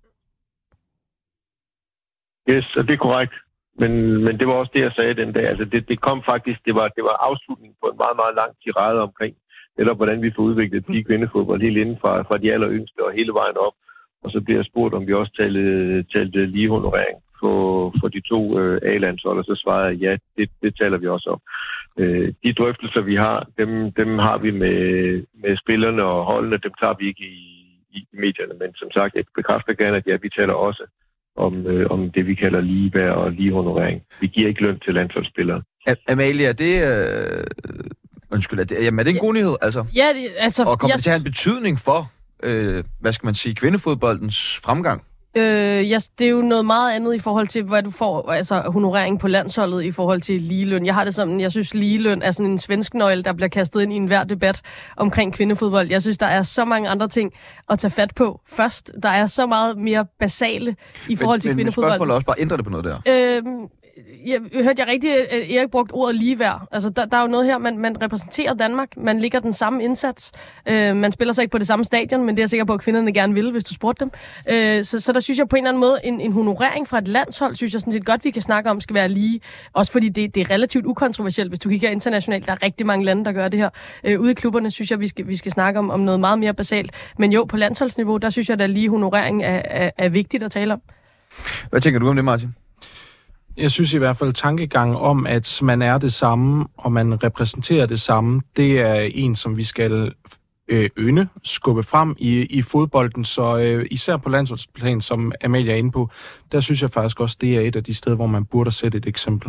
Yes, og det er korrekt. Men, men det var også det, jeg sagde den dag. Altså det, det kom faktisk, det var, det var afslutningen på en meget, meget lang tirade omkring, eller hvordan vi får udviklet pige kvindefodbold helt inden fra, fra de aller yngste og hele vejen op. Og så bliver jeg spurgt, om vi også talte, talte lige honorering for, for de to øh, A-landshold, og så svarede jeg, ja, det, det taler vi også om. Øh, de drøftelser, vi har, dem, dem har vi med, med spillerne og holdene, dem tager vi ikke i, i medierne. Men som sagt, jeg bekræfter gerne, at ja, vi taler også om, øh, om det, vi kalder ligeværd og lige honorering. Vi giver ikke løn til landsholdsspillere. Amalie, er det... Øh, undskyld, er det, jamen, er det en god nyhed? Altså? Ja, det, altså... Og kommer jeg... det til at have en betydning for, øh, hvad skal man sige, kvindefodboldens fremgang? Øh, yes, det er jo noget meget andet i forhold til, hvad du får, altså honorering på landsholdet i forhold til ligeløn. Jeg har det sådan, jeg synes ligeløn er sådan en svensk nøgle, der bliver kastet ind i enhver debat omkring kvindefodbold. Jeg synes, der er så mange andre ting at tage fat på først. Der er så meget mere basale i forhold men, til men kvindefodbold. Men spørgsmålet er også bare, ændrer det på noget der? Øhm, jeg hørte jeg rigtigt, at Erik brugte ordet ligeværd. Altså, der, der er jo noget her, man, man repræsenterer Danmark. Man ligger den samme indsats. Øh, man spiller så ikke på det samme stadion, men det er jeg sikker på, at kvinderne gerne vil, hvis du spurgte dem. Øh, så, så der synes jeg på en eller anden måde, en, en honorering fra et landshold, synes jeg sådan set godt, vi kan snakke om, skal være lige. Også fordi det, det er relativt ukontroversielt, hvis du kigger internationalt. Der er rigtig mange lande, der gør det her. Øh, ude i klubberne synes jeg, vi skal, vi skal snakke om, om noget meget mere basalt. Men jo, på landsholdsniveau, der synes jeg, at lige honorering er, er, er vigtigt at tale om. Hvad tænker du om det, Martin? Jeg synes i hvert fald, tankegangen om, at man er det samme, og man repræsenterer det samme, det er en, som vi skal øh, ynde, skubbe frem i, i fodbolden. Så øh, især på landsholdsplan, som Amalie er inde på, der synes jeg faktisk også, det er et af de steder, hvor man burde sætte et eksempel.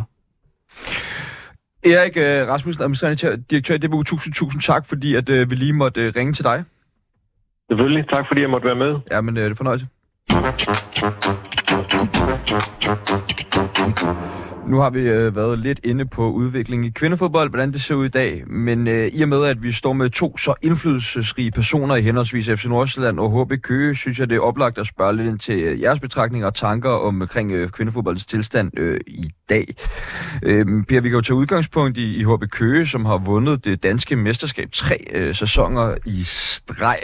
Erik øh, Rasmussen, administrerende direktør i D B U, tusind, tusind tak, fordi at, øh, vi lige måtte øh, ringe til dig. Selvfølgelig. Tak, fordi jeg måtte være med. Ja, men øh, det er fornøjelse. Nu har vi øh, været lidt inde på udviklingen i kvindefodbold, hvordan det ser ud i dag, men øh, i og med, at vi står med to så indflydelsesrige personer i henholdsvis F C Nordsjælland og H B Køge, synes jeg, det er oplagt at spørge lidt ind til øh, jeres betragtninger og tanker omkring øh, kvindefodboldens tilstand øh, i dag. Øh, Per, vi kan jo tage udgangspunkt i, i H B Køge, som har vundet det danske mesterskab tre øh, sæsoner i streg.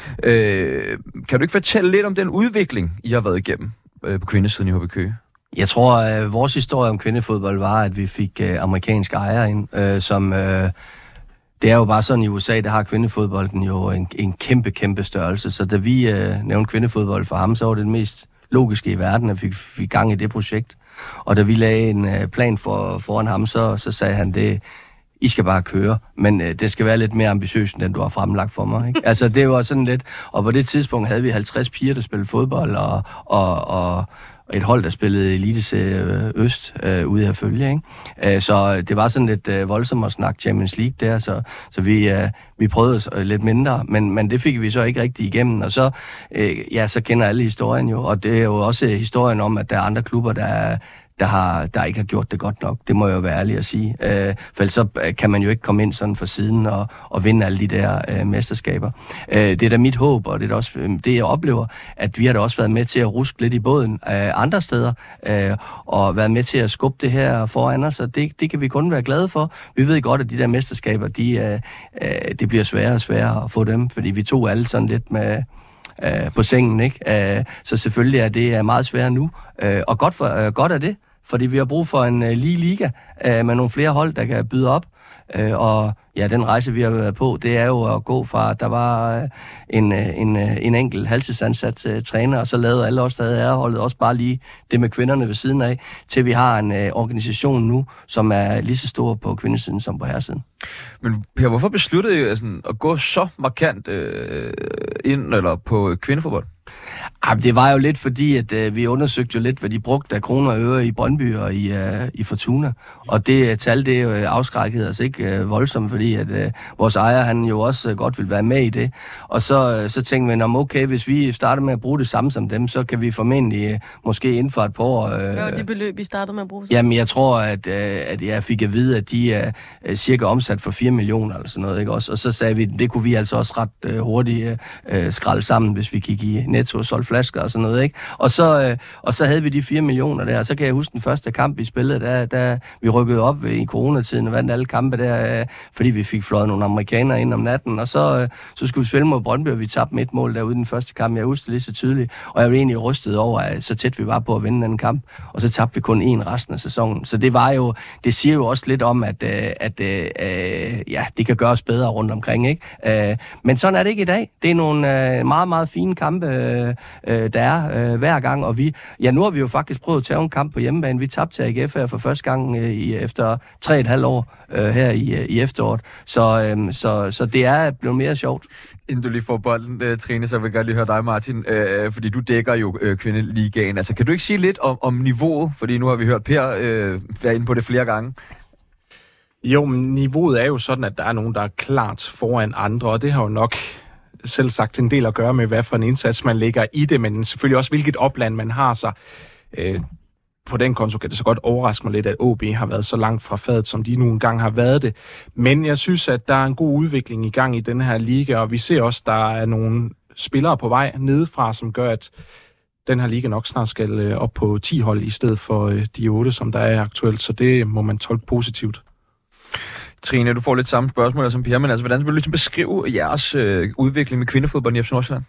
Øh, kan du ikke fortælle lidt om den udvikling, I har været igennem øh, på kvindesiden i H B Køge? Jeg tror, at øh, vores historie om kvindefodbold var, at vi fik øh, amerikanske ejere ind, øh, som... Øh, det er jo bare sådan i U S A, der har kvindefodbolden jo en, en kæmpe, kæmpe størrelse. Så da vi øh, nævnte kvindefodbold for ham, så var det det mest logiske i verden, at vi fik gang i det projekt. Og da vi lagde en øh, plan for, foran ham, så, så sagde han, det I skal bare køre, men øh, det skal være lidt mere ambitiøst, end den du har fremlagt for mig. Ikke? Altså, det var sådan lidt... Og på det tidspunkt havde vi halvtreds piger, der spillede fodbold, og... og, og et hold, der spillede Eliteserie Øst øh, ude at følge, ikke? Øh, så det var sådan lidt øh, voldsomt at snakke Champions League der, så, så vi, øh, vi prøvede øh, lidt mindre, men, men det fik vi så ikke rigtig igennem, og så, øh, ja, så kender alle historien jo, og det er jo også historien om, at der er andre klubber, der der, har, der ikke har gjort det godt nok. Det må jeg jo være ærlig at sige. Øh, for ellers så kan man jo ikke komme ind sådan fra siden og, og vinde alle de der øh, mesterskaber. Øh, det er da mit håb, og det er da også øh, det, jeg oplever, at vi har da også været med til at ruske lidt i båden øh, andre steder, øh, og været med til at skubbe det her foran os, og det, det kan vi kun være glade for. Vi ved godt, at de der mesterskaber, de, øh, øh, det bliver sværere og sværere at få dem, fordi vi tog alle sådan lidt med... Øh, på sengen, ikke? Øh, så selvfølgelig er det meget sværere nu, øh, og godt, for, øh, godt er det, fordi vi har brug for en øh, lige liga øh, med nogle flere hold, der kan byde op, øh, og ja, den rejse, vi har været på, det er jo at gå fra, at der var øh, en, øh, en, øh, en enkelt halvtidsansat øh, træner, og så lavede alle os, der havde ærholdet også bare lige det med kvinderne ved siden af, til vi har en øh, organisation nu, som er lige så stor på kvindesiden som på herresiden. Men Per, hvorfor besluttede I altså, at gå så markant øh, ind eller på kvindefodbold? Jamen, det var jo lidt fordi, at øh, vi undersøgte jo lidt, hvad de brugte af kroner og øre i Brøndby og i, øh, i Fortuna. Og det tal, det øh, afskrækkede os ikke øh, voldsomt, fordi at øh, vores ejer, han jo også øh, godt ville være med i det. Og så, øh, så tænkte vi, okay, hvis vi starter med at bruge det samme som dem, så kan vi formentlig øh, måske inden for et par år... Øh, Hvad var det beløb, I startede med at bruge? Så? Jamen, jeg tror, at, øh, at jeg fik at vide, at de er øh, cirka omsat for fire millioner eller sådan noget, ikke også? Og så sagde vi, det kunne vi altså også ret øh, hurtigt øh, skralde sammen, hvis vi gik i Netto og solgte flasker og sådan noget, ikke? Og så, øh, og så havde vi de fire millioner der, og så kan jeg huske den første kamp, vi spillede, der, der vi rykkede op i coronatiden og vandt alle kampe der, øh, fordi vi fik fløjet nogle amerikanere ind om natten, og så, øh, så skulle vi spille mod Brøndby, og vi tabte med et mål derude den første kamp. Jeg husker det lige så tydeligt, og jeg var egentlig rystet over, at så tæt vi var på at vinde den kamp, og så tabte vi kun én resten af sæsonen. Så det var jo, det siger jo også lidt om, at, øh, at øh, ja, det kan gøres bedre rundt omkring, ikke? Øh, men sådan er det ikke i dag. Det er nogle øh, meget, meget fine kampe, øh, der er øh, hver gang, og vi, ja, nu har vi jo faktisk prøvet at tage en kamp på hjemmebane. Vi tabte til A G F her for første gang øh, i, efter tre og et halvt år øh, her i, øh, i efteråret. Så, øh, så, så det er blevet mere sjovt. Inden du lige får bolden, øh, Trine, så vil jeg godt lige høre dig, Martin, øh, fordi du dækker jo øh, kvindeligaen. Altså, kan du ikke sige lidt om, om niveauet? Fordi nu har vi hørt Per øh, være inde på det flere gange. Jo, men niveauet er jo sådan, at der er nogen, der er klart foran andre, og det har jo nok selv sagt en del at gøre med, hvad for en indsats man lægger i det, men selvfølgelig også, hvilket opland man har sig. Øh, på den konto kan det så godt overraske mig lidt, at O B har været så langt fra fadet, som de nu engang har været det. Men jeg synes, at der er en god udvikling i gang i den her liga, og vi ser også, at der er nogle spillere på vej nedefra, som gør, at den her liga nok snart skal op på ti hold, i stedet for de otte, som der er aktuelt. Så det må man tolke positivt. Trine, du får lidt samme spørgsmål som Per, men altså, hvordan vil du ligesom beskrive jeres øh, udvikling med kvindefodbold i F C Nordsjælland?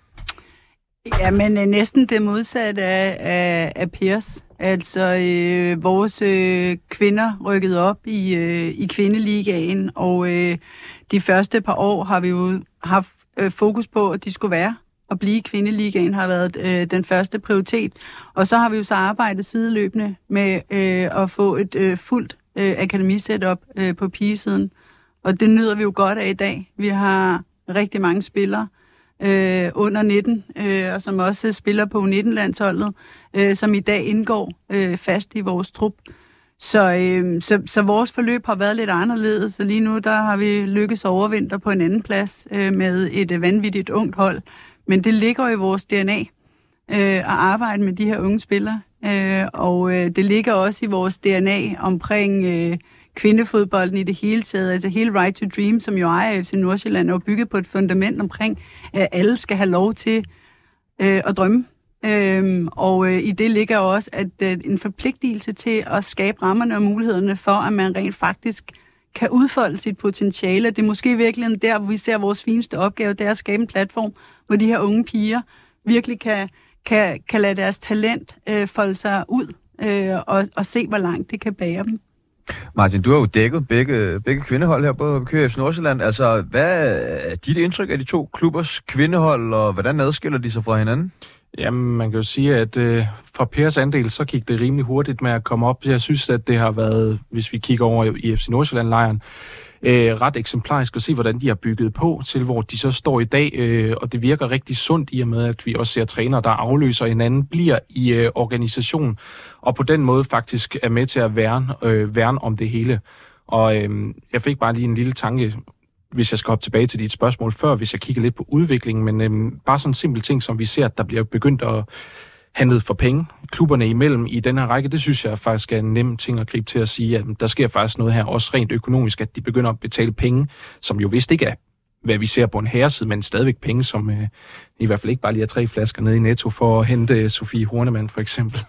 Ja, men øh, næsten det modsatte af, af, af Pers. Altså, øh, vores øh, kvinder rykkede op i, øh, i kvindeligaen, og øh, de første par år har vi jo haft øh, fokus på, at de skulle være og blive i kvindeligaen, har været øh, den første prioritet. Og så har vi jo så arbejdet sideløbende med øh, at få et øh, fuldt øh, akademi-setup øh, på pigesiden. Og det nyder vi jo godt af i dag. Vi har rigtig mange spillere øh, under nitten, øh, og som også spiller på U nitten-landsholdet, øh, som i dag indgår øh, fast i vores trup. Så, øh, så, så vores forløb har været lidt anderledes, og lige nu der har vi lykkes overvinter på en anden plads øh, med et øh, vanvittigt ungt hold. Men det ligger i vores D N A øh, at arbejde med de her unge spillere. øh, og øh, det ligger også i vores D N A omkring øh, kvindefodbolden i det hele taget. Altså hele Right to Dream, som jo ejer F C Nordsjælland, er jo bygget på et fundament omkring, at alle skal have lov til øh, at drømme. Øhm, og øh, i det ligger også at øh, en forpligtelse til at skabe rammerne og mulighederne for, at man rent faktisk kan udfolde sit potentiale. Det er måske virkelig der, hvor vi ser vores fineste opgave, det er at skabe en platform, hvor de her unge piger virkelig kan, kan, kan lade deres talent øh, folde sig ud øh, og, og se, hvor langt det kan bære dem. Martin, du har jo dækket begge, begge kvindehold her, både på F C Nordsjælland. Altså, hvad er dit indtryk af de to klubbers kvindehold, og hvordan adskiller de sig fra hinanden? Jamen, man kan jo sige, at øh, fra Pers andel, så gik det rimelig hurtigt med at komme op. Jeg synes, at det har været, hvis vi kigger over i F C Nordsjælland-lejren, øh, ret eksemplarisk at se, hvordan de har bygget på til, hvor de så står i dag. Øh, og det virker rigtig sundt i og med, at vi også ser trænere, der afløser hinanden, bliver i øh, organisationen, og på den måde faktisk er med til at værne, øh, værne om det hele. Og øh, jeg fik bare lige en lille tanke, hvis jeg skal hoppe tilbage til dit spørgsmål før, hvis jeg kigger lidt på udviklingen, men øhm, bare sådan en simpel ting, som vi ser, at der bliver begyndt at handle for penge klubberne imellem i den her række, det synes jeg faktisk er en nem ting at gribe til at sige, at der sker faktisk noget her, også rent økonomisk, at de begynder at betale penge, som jo vist ikke er, hvad vi ser på en herreside, men stadigvæk penge, som øh, i hvert fald ikke bare lige er tre flasker nede i Netto for at hente Sofie Hornemann for eksempel.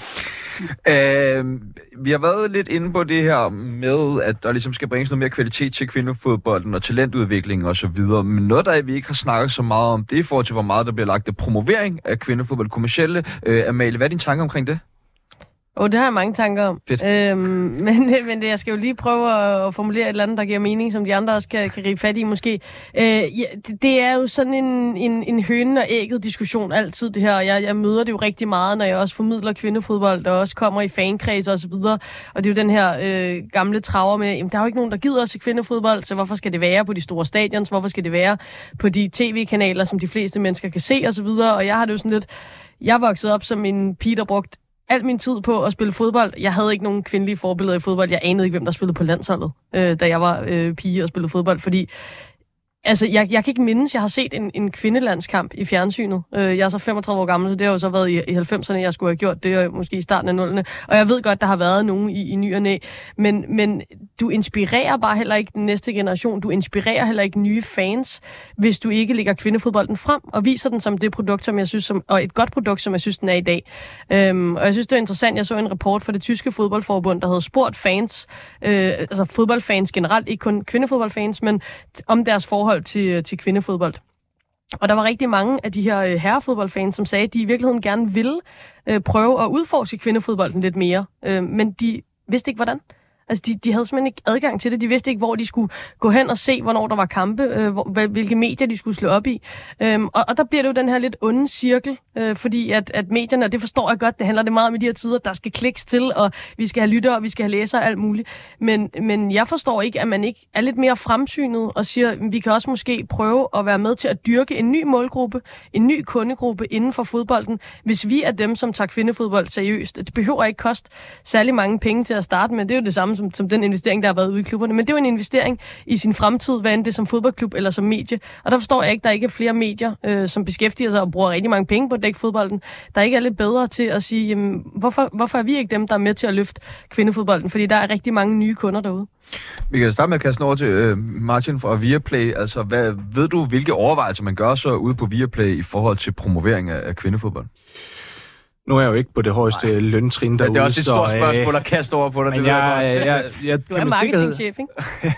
Uh, vi har været lidt inde på det her med, at der ligesom skal bringes noget mere kvalitet til kvindefodbolden og talentudvikling og så videre. Men noget, der vi ikke har snakket så meget om, det er i forhold til, hvor meget der bliver lagt af promovering af kvindefodbold kommercielle. Uh, Amalie, hvad er din tanke omkring det? Åh, oh, det har jeg mange tanker om. Øhm, men, men det, jeg skal jo lige prøve at, at formulere et eller andet, der giver mening, som de andre også kan, kan gribe fat i måske. Øh, ja, det, det er jo sådan en, en, en hønen og ægget diskussion altid det her. Jeg, jeg møder det jo rigtig meget, når jeg også formidler kvindefodbold, der også kommer i fankredser og så videre. Og det er jo den her øh, gamle traver med, jamen der er jo ikke nogen, der gider os i kvindefodbold, så hvorfor skal det være på de store stadions? Hvorfor skal det være på de tv-kanaler, som de fleste mennesker kan se og så videre? Og jeg har det jo sådan lidt... Jeg voksede op som en pige, der brugte al min tid på at spille fodbold. Jeg havde ikke nogen kvindelige forbilleder i fodbold. Jeg anede ikke, hvem der spillede på landsholdet, øh, da jeg var øh, pige og spillede fodbold, fordi altså, jeg, jeg kan ikke mindes, jeg har set en, en kvindelandskamp i fjernsynet. Øh, jeg er så femogtredive år gammel, så det har jo så været i, i halvfemserne, jeg skulle have gjort det, og måske i starten af nullerne. Og jeg ved godt, der har været nogen i, i ny og næ. Men, men du inspirerer bare heller ikke den næste generation. Du inspirerer heller ikke nye fans, hvis du ikke lægger kvindefodbolden frem og viser den som det produkt, som jeg synes, som, og et godt produkt, som jeg synes, den er i dag. Øhm, og jeg synes, det er interessant. Jeg så en rapport fra det tyske fodboldforbund, der havde spurgt fans, øh, altså fodboldfans generelt, ikke kun kvindefodboldfans, men om deres forhold Til, til kvindefodbold. Og der var rigtig mange af de her herrefodboldfans, som sagde, at de i virkeligheden gerne ville øh, prøve at udforske kvindefodbolden lidt mere, øh, men de vidste ikke, hvordan. Altså, de, de havde simpelthen ikke adgang til det. De vidste ikke, hvor de skulle gå hen og se, hvornår der var kampe, øh, hvor, hvilke medier de skulle slå op i. Øhm, og, og der bliver det jo den her lidt onde cirkel, øh, fordi at, at medierne, og det forstår jeg godt, det handler det meget om i de her tider, der skal kliks til, og vi skal have lyttere, og vi skal have læsere og alt muligt. Men, men jeg forstår ikke, at man ikke er lidt mere fremsynet og siger, at vi kan også måske prøve at være med til at dyrke en ny målgruppe, en ny kundegruppe inden for fodbolden, hvis vi er dem, som tager kvindefodbold seriøst. Det behøver ikke koste særlig mange penge til at starte med. Det er jo det samme Som, som den investering, der har været ude i klubberne. Men det er jo en investering i sin fremtid, hvad end det som fodboldklub eller som medie. Og der forstår jeg ikke, at der ikke er flere medier, øh, som beskæftiger sig og bruger rigtig mange penge på at dække fodbolden, der ikke er lidt bedre til at sige, jamen, hvorfor, hvorfor er vi ikke dem, der er med til at løfte kvindefodbolden? Fordi der er rigtig mange nye kunder derude. Vi kan starte med at kaste over til øh, Martin fra Viaplay. Altså, hvad, ved du, hvilke overvejelser man gør så ude på Viaplay i forhold til promovering af, af kvindefodbold? Nu er jeg jo ikke på det højeste Nej. løntrin derude. Ja, det er også et stort spørgsmål at kaste over på dig. Det jeg, jeg, jeg, jeg, du er marketingchef, ikke?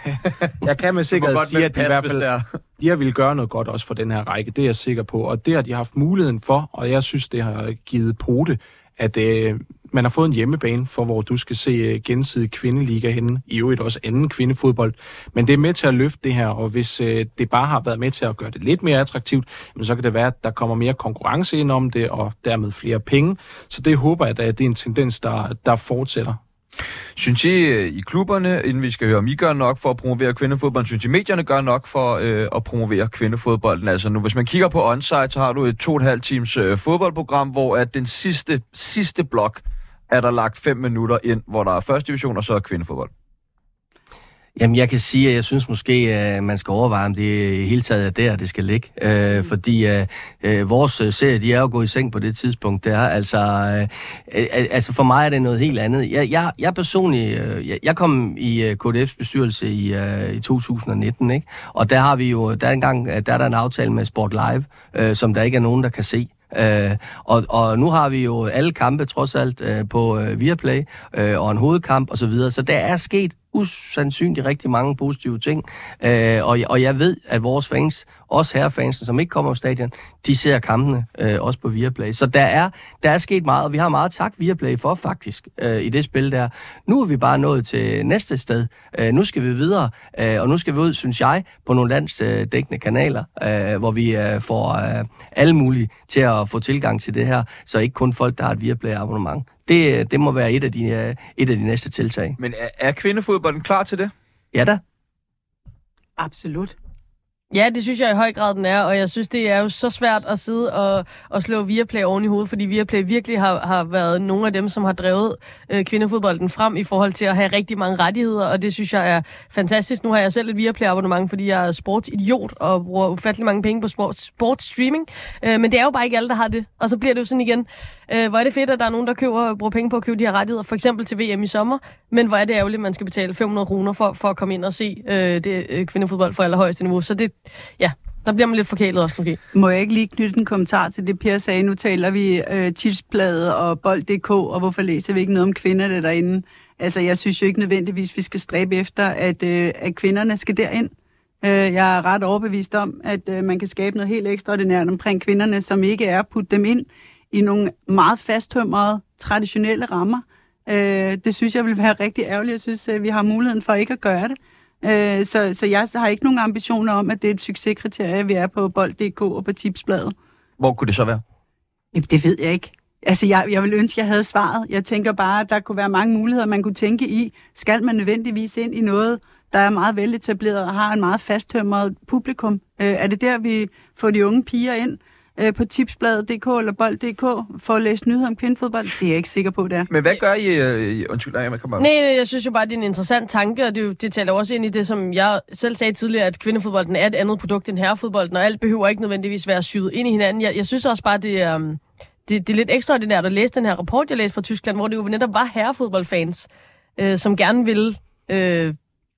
Jeg kan med sikkerhed sige, at de i hvert fald de har ville gøre noget godt også for den her række. Det er jeg sikker på. Og det har de haft muligheden for, og jeg synes, det har givet pote, at øh, man har fået en hjemmebane for, hvor du skal se øh, gensidig kvindeliga henne. I øvrigt også anden kvindefodbold. Men det er med til at løfte det her, og hvis øh, det bare har været med til at gøre det lidt mere attraktivt, så kan det være, at der kommer mere konkurrence ind om det, og dermed flere penge. Så det håber jeg, at det er en tendens, der, der fortsætter. Synes I i klubberne, inden vi skal høre, om I gør nok for at promovere kvindefodbolden, synes I medierne gør nok for øh, at promovere kvindefodbolden? Altså nu, hvis man kigger på Onsite, så har du et to og et halvt times øh, fodboldprogram, hvor at den sidste, sidste blok er der lagt fem minutter ind, hvor der er første division, og så er kvindefodbold. Jamen, jeg kan sige, at jeg synes måske, at man skal overveje, om det i hele taget er der, det skal ligge. Øh, mm. Fordi øh, vores serie, de er jo gået i seng på det tidspunkt der. Altså, øh, altså for mig er det noget helt andet. Jeg, jeg, jeg personligt, øh, jeg, jeg kom i K D F's bestyrelse i, øh, i to tusind nitten, ikke? Og der har vi jo, der er engang, der er der en aftale med Sport Live, øh, som der ikke er nogen, der kan se. Uh, og, og nu har vi jo alle kampe trods alt uh, på uh, Viaplay uh, og en hovedkamp og så videre, så der er sket usandsynligt rigtig mange positive ting, uh, og, og jeg ved, at vores fans, også herrefansen, som ikke kommer på stadion, de ser kampene uh, også på Viaplay. Så der er, der er sket meget, og vi har meget tak Viaplay for faktisk uh, i det spil der. Nu er vi bare nået til næste sted. Uh, nu skal vi videre, uh, og nu skal vi ud, synes jeg, på nogle landsdækkende kanaler, uh, hvor vi uh, får uh, alle mulige til at få tilgang til det her, så ikke kun folk, der har et Viaplay-abonnement. Det, det må være et af, de, et af de næste tiltag. Men er, er kvindefodbolden klar til det? Ja da. Absolut. Ja, det synes jeg i høj grad, den er, og jeg synes, det er jo så svært at sidde og, og slå Viaplay oven i hovedet, fordi Viaplay virkelig har, har været nogle af dem, som har drevet øh, kvindefodbolden frem i forhold til at have rigtig mange rettigheder, og det synes jeg er fantastisk. Nu har jeg selv et Viaplay-abonnement, fordi jeg er sportsidiot og bruger ufattelig mange penge på sport, sportsstreaming, øh, men det er jo bare ikke alle, der har det, og så bliver det jo sådan igen. Øh, hvor er det fedt, at der er nogen, der køber, bruger penge på at købe de her rettigheder, for eksempel til V M i sommer, men hvor er det ærgerligt, at man skal betale fem hundrede kroner for, for at komme ind og se øh, det øh, kvindefodbold for allerhøjeste niveau, så det ja, der bliver man lidt forkælet også måske. Må jeg ikke lige knytte en kommentar til det, Per sagde? Nu taler vi øh, Tipsbladet og Bold punktum d k, og hvorfor læser vi ikke noget om kvinderne derinde? Altså, jeg synes jo ikke nødvendigvis, vi skal stræbe efter, at, øh, at kvinderne skal derind. Øh, jeg er ret overbevist om, at øh, man kan skabe noget helt ekstraordinært omkring kvinderne, som ikke er at putte dem ind i nogle meget fasttømrede, traditionelle rammer. Øh, det synes jeg vil være rigtig ærgerligt. Jeg synes, at vi har muligheden for ikke at gøre det. Så, så jeg har ikke nogen ambitioner om, at det er et succeskriterie, vi er på Bold punktum d k og på Tipsbladet. Hvor kunne det så være? Jamen, det ved jeg ikke. Altså, jeg, jeg vil ønske, jeg havde svaret. Jeg tænker bare, at der kunne være mange muligheder, man kunne tænke i. Skal man nødvendigvis ind i noget, der er meget veletableret og har en meget fasttømret publikum? Øh, er det der, vi får de unge piger ind øh, på Tipsbladet punktum d k eller Bold punktum d k for at læse nyheder om kvindefodbold? Det er jeg ikke sikker på, det er. Men hvad gør I? Øh, undskyld, nej, jeg kommer op. Nej, jeg synes jo bare, det er en interessant tanke, og det, det taler også ind i det, som jeg selv sagde tidligere, at kvindefodbolden er et andet produkt end herrefodbolden, og alt behøver ikke nødvendigvis være syet ind i hinanden. Jeg, jeg synes også bare, det er, det, det er lidt ekstraordinært at læse den her rapport, jeg læste fra Tyskland, hvor det jo netop var herrefodboldfans, øh, som gerne ville øh,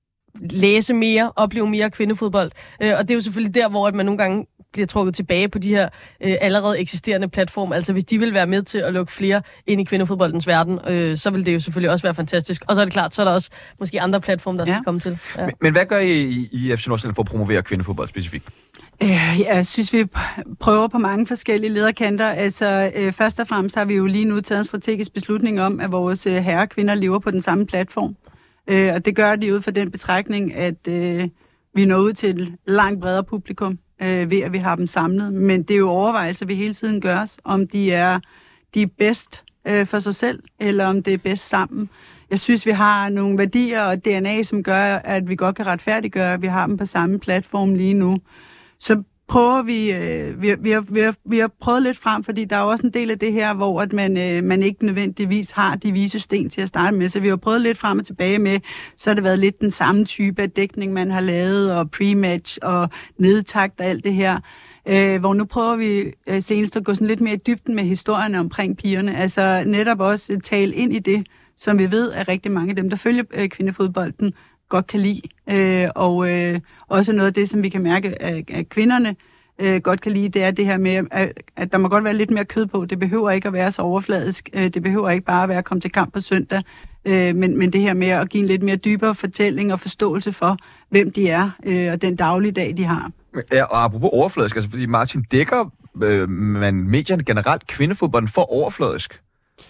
læse mere, opleve mere kvindefodbold. Øh, og det er jo selvfølgelig der, hvor at man nogle gange bliver trukket tilbage på de her øh, allerede eksisterende platforme. Altså hvis de vil være med til at lukke flere ind i kvindefodboldens verden, øh, så vil det jo selvfølgelig også være fantastisk. Og så er det klart, så er der også måske andre platforme, der ja. skal komme til. Ja. Men, men hvad gør I i, i F C Nordsjælland for at promovere kvindefodbold specifikt? Øh, jeg synes, vi prøver på mange forskellige lederkanter. Altså, øh, først og fremmest har vi jo lige nu taget en strategisk beslutning om, at vores øh, herre og kvinder lever på den samme platform. Øh, og det gør de ud fra den betragtning, at øh, vi når ud til et langt bredere publikum øh, ved, at vi har dem samlet. Men det er jo overvejelser, vi hele tiden gør os, om de er, de er bedst øh, for sig selv, eller om det er bedst sammen. Jeg synes, vi har nogle værdier og D N A, som gør, at vi godt kan retfærdiggøre, at vi har dem på samme platform lige nu. Så prøver vi, øh, vi, vi, har, vi, har, vi har prøvet lidt frem, fordi der er også en del af det her, hvor at man, øh, man ikke nødvendigvis har de vise sten til at starte med. Så vi har prøvet lidt frem og tilbage med, så har det været lidt den samme type af dækning, man har lavet, og pre-match og nedtakt og alt det her. Øh, hvor nu prøver vi øh, senest at gå sådan lidt mere i dybden med historierne omkring pigerne. Altså netop også tale ind i det, som vi ved, at rigtig mange af dem, der følger øh, kvindefodbolden, godt kan lide. Øh, og øh, også noget af det, som vi kan mærke, at, at kvinderne øh, godt kan lide, det er det her med, at, at der må godt være lidt mere kød på. Det behøver ikke at være så overfladisk. Øh, det behøver ikke bare at være at komme til kamp på søndag. Øh, men, men det her med at give en lidt mere dybere fortælling og forståelse for, hvem de er, øh, og den daglige dag, de har. Ja, og apropos overfladisk, altså fordi Martin, dækker øh, man medierne generelt kvindefodbolden for overfladisk?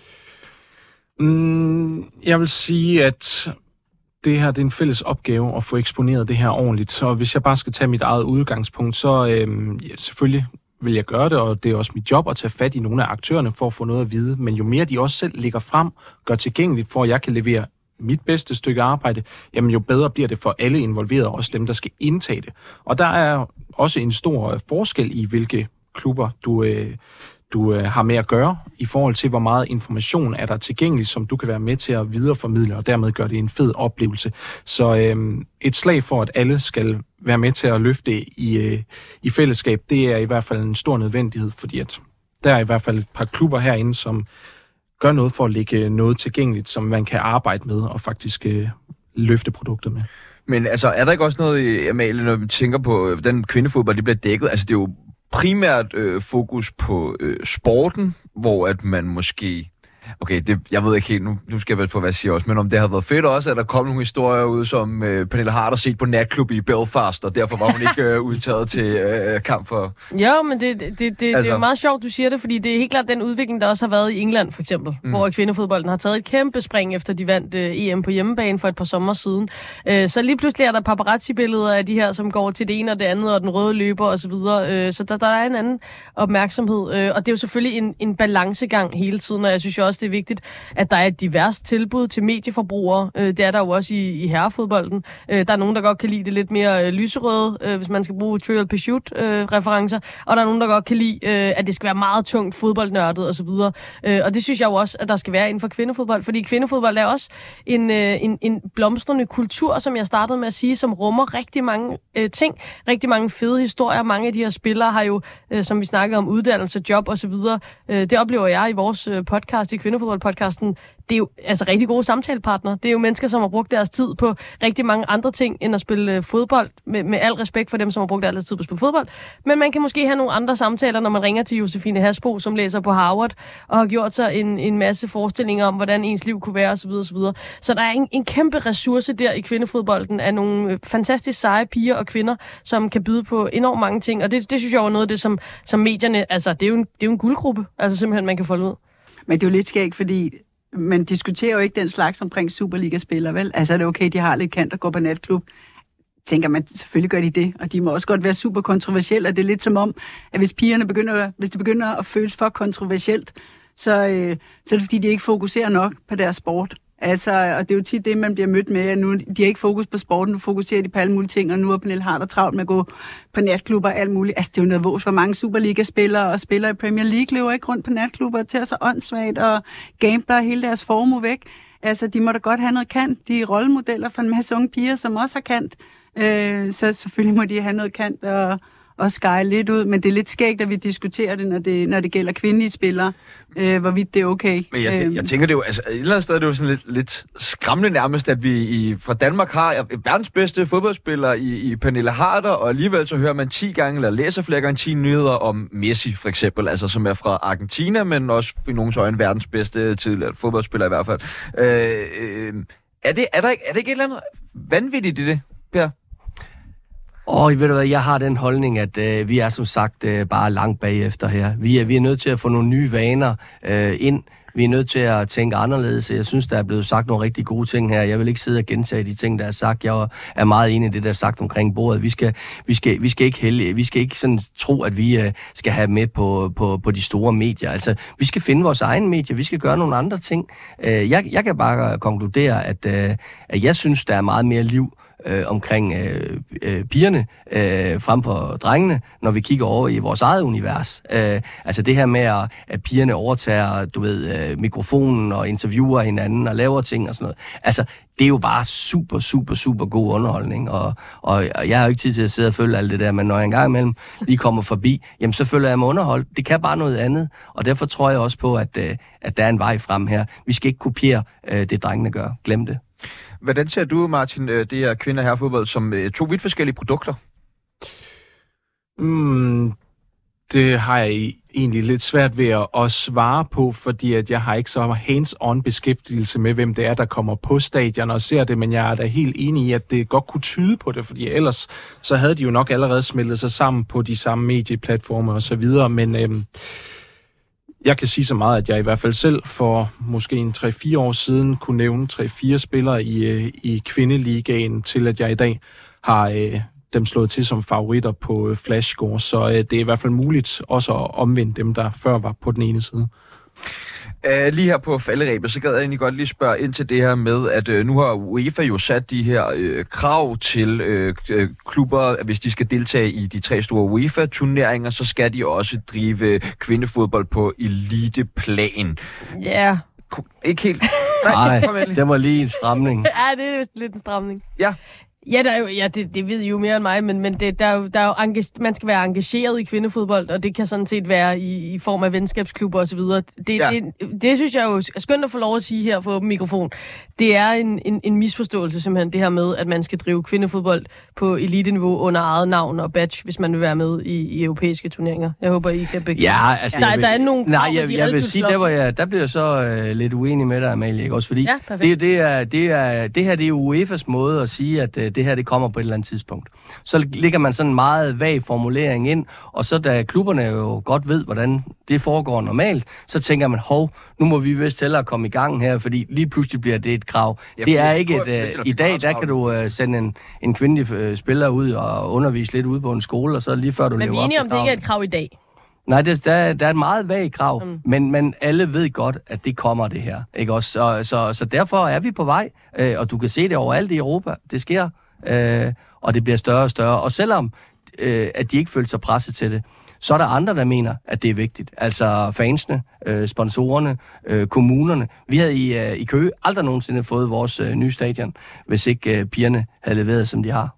Mm, jeg vil sige, at det her det er en fælles opgave at få eksponeret det her ordentligt. Så hvis jeg bare skal tage mit eget udgangspunkt, så øh, ja, selvfølgelig vil jeg gøre det, og det er også mit job at tage fat i nogle af aktørerne for at få noget at vide. Men jo mere de også selv lægger frem, gør tilgængeligt for, at jeg kan levere mit bedste stykke arbejde, jamen jo bedre bliver det for alle involverede, også dem, der skal indtage det. Og der er også en stor forskel i, hvilke klubber du, øh, du øh, har med at gøre, i forhold til, hvor meget information er der tilgængelig, som du kan være med til at videreformidle, og dermed gøre det en fed oplevelse. Så øh, et slag for, at alle skal være med til at løfte i, øh, i fællesskab, det er i hvert fald en stor nødvendighed, fordi at der er i hvert fald et par klubber herinde, som gør noget for at lægge noget tilgængeligt, som man kan arbejde med og faktisk øh, løfte produktet med. Men altså, er der ikke også noget, Amalie, når vi tænker på øh, den kvindefodbold, det bliver dækket? Altså, det er jo primært øh, fokus på øh, sporten, hvor at man måske... Okay, det, jeg ved ikke helt, nu, nu skal jeg passe på, hvad jeg siger også, men om det havde været fedt også, at der kom nogle historier ud, som øh, Pernille Harder set på natklub i Belfast, og derfor var hun ikke øh, udtaget til øh, kamp for... Jo, men det, det, det, altså... det er jo meget sjovt, du siger det, fordi det er helt klart den udvikling, der også har været i England, for eksempel, mm. hvor kvindefodbolden har taget et kæmpe spring, efter de vandt øh, E M på hjemmebane for et par sommer siden. Øh, så lige pludselig er der paparazzi-billeder af de her, som går til det ene og det andet, og den røde løber osv., øh, så der, der er en anden opmærksomhed, øh, og det er jo selvfølgelig en, en balancegang hele tiden, og jeg synes jo også, det er vigtigt, at der er et divers tilbud til medieforbrugere. Det er der jo også i, i herrefodbolden. Der er nogen, der godt kan lide det lidt mere lyserøde, hvis man skal bruge Trivial Pursuit-referencer, og der er nogen, der godt kan lide, at det skal være meget tungt fodboldnørdet osv. Og det synes jeg jo også, at der skal være inden for kvindefodbold, fordi kvindefodbold er også en, en, en blomstrende kultur, som jeg startede med at sige, som rummer rigtig mange øh, ting, rigtig mange fede historier. Mange af de her spillere har jo, øh, som vi snakkede om, uddannelse, job osv. Øh, det oplever jeg i vores øh, podcast i kvindefodboldpodcasten. Det er jo altså rigtig gode samtalepartnere. Det er jo mennesker, som har brugt deres tid på rigtig mange andre ting, end at spille fodbold. Med, med al respekt for dem, som har brugt deres tid på at spille fodbold. Men man kan måske have nogle andre samtaler, når man ringer til Josefine Hasbro, som læser på Harvard, og har gjort sig en, en masse forestillinger om, hvordan ens liv kunne være, osv. osv. Så der er en, en kæmpe ressource der i kvindefodbolden af nogle fantastisk seje piger og kvinder, som kan byde på enormt mange ting. Og det, det synes jeg er noget af det, som, som medierne... Altså, det er jo en, det er jo en guldgruppe, altså simpelthen, man kan folde ud. Men det er jo lidt skægt, fordi man diskuterer jo ikke den slags omkring Superliga-spillere, vel? Altså er det okay, de har lidt kant og går på natklub? Tænker man, selvfølgelig gør de det, og de må også godt være super kontroversielle, og det er lidt som om, at hvis pigerne begynder, hvis det begynder at føles for kontroversielt, så, øh, så er det fordi, de ikke fokuserer nok på deres sport. Altså, og det er jo tit det, man bliver mødt med, at nu de har ikke fokus på sporten, nu fokuserer de på alle mulige ting, og nu er Pernille Harder travlt med at gå på natklubber og alt muligt. Altså, det er jo noget vås for mange Superliga-spillere og spillere i Premier League, løber ikke rundt på natklubber til sig åndssvagt og gambler hele deres formue væk. Altså, de må da godt have noget kant. De er rollemodeller for en masse unge piger, som også har kant. Øh, så selvfølgelig må de have noget kant og og skære lidt ud, men det er lidt skægt, at vi diskuterer det, når det, når det gælder kvindelige spillere, øh, hvorvidt det er okay. Men jeg, jeg, jeg tænker, det er jo, altså, et eller andet sted er det jo sådan lidt, lidt skræmmende nærmest, at vi i, fra Danmark har verdens bedste fodboldspiller i, i Pernille Harder, og alligevel så hører man ti gange, eller læser flere gange ti nyheder om Messi, for eksempel, altså som er fra Argentina, men også i nogens øjne verdens bedste tidligere fodboldspiller i hvert fald. Øh, øh, er, det, er, der ikke, er det ikke et eller andet vanvittigt i det, Per? Og ved du hvad, jeg har den holdning, at øh, vi er som sagt øh, bare langt bagefter her. Vi er, vi er nødt til at få nogle nye vaner øh, ind. Vi er nødt til at tænke anderledes. Jeg synes, der er blevet sagt nogle rigtig gode ting her. Jeg vil ikke sidde og gentage de ting, der er sagt. Jeg er meget enig i det, der er sagt omkring bordet. Vi skal, vi skal, vi skal ikke heldige. Vi skal ikke sådan tro, at vi øh, skal have med på, på, på de store medier. Altså, vi skal finde vores egen medier. Vi skal gøre nogle andre ting. Øh, jeg, jeg kan bare konkludere, at, øh, at jeg synes, der er meget mere liv Øh, omkring øh, øh, pigerne øh, frem for drengene, når vi kigger over i vores eget univers. Øh, altså det her med, at, at pigerne overtager, du ved, øh, mikrofonen og interviewer hinanden og laver ting og sådan noget. Altså, det er jo bare super, super, super god underholdning, og, og, og jeg har jo ikke tid til at sidde og følge alt det der, men når jeg engang imellem lige kommer forbi, jamen så føler jeg mig underholdt. Det kan bare noget andet, og derfor tror jeg også på, at, øh, at der er en vej frem her. Vi skal ikke kopiere øh, det, drengene gør. Glem det. Hvordan ser du, Martin, det er kvinder her fodbold som to vidt forskellige produkter? Mm, det har jeg egentlig lidt svært ved at, at svare på, fordi at jeg har ikke så hands-on beskæftigelse med, hvem det er, der kommer på stadion og ser det, men jeg er da helt enig i, at det godt kunne tyde på det, fordi ellers så havde de jo nok allerede smeltet sig sammen på de samme medieplatformer og så videre, men øhm, jeg kan sige så meget, at jeg i hvert fald selv for måske en tre fire år siden kunne nævne tre fire spillere i, i kvindeligaen, til at jeg i dag har øh, dem slået til som favoritter på øh, Flashscore. Så øh, det er i hvert fald muligt også at omvende dem, der før var på den ene side. Uh, lige her på falderebet, så gad jeg egentlig godt lige spørge ind til det her med, at uh, nu har UEFA jo sat de her uh, krav til uh, klubber, at hvis de skal deltage i de tre store UEFA-turneringer, så skal de også drive kvindefodbold på eliteplan. Ja. Yeah. Ikke helt. Nej, det var lige en stramning. Ja, det er vist lidt en stramning. Ja. Ja, der er jo, ja det, det ved I jo mere end mig, men, men det, der er jo, der er jo engage, man skal være engageret i kvindefodbold, og det kan sådan set være i, i form af venskabsklubber osv. Det, ja. det, det synes jeg jo er skønt at få lov at sige her for åben mikrofon. Det er en, en, en misforståelse simpelthen, det her med, at man skal drive kvindefodbold på eliteniveau under eget navn og badge, hvis man vil være med i, i europæiske turneringer. Jeg håber, I kan begynde. Ja, altså... Der, vil, der er nogle krav, nej, jeg, de jeg vil sige, der, var jeg, der bliver jeg så øh, lidt uenig med dig, Amalie, ikke? Også fordi ja, det, det, er, det, er, det her det er U E F A's måde at sige, at øh, det her det kommer på et eller andet tidspunkt. Så ligger man sådan en meget vag formulering ind, og så da klubberne jo godt ved, hvordan det foregår normalt, så tænker man, hov, nu må vi vist hellere komme i gang her, fordi lige pludselig bliver det et krav. Ja, det er ikke et... Uh, I dag, der kan du uh, sende en, en kvindelig uh, spiller ud og undervise lidt ude på en skole, og så lige før du men lever op. Men vi er enige om, det ikke er et krav i dag. Nej, det, der, der er et meget vagt krav, mm. men, men alle ved godt, at det kommer det her. Ikke også? Så, så, så derfor er vi på vej, øh, og du kan se det overalt i Europa. Det sker, øh, og det bliver større og større. Og selvom øh, at de ikke føler sig presset til det, så er der andre, der mener, at det er vigtigt. Altså fansene, øh, sponsorerne, øh, kommunerne. Vi havde i, øh, i Køge aldrig nogensinde fået vores øh, nye stadion, hvis ikke øh, pigerne havde leveret, som de har.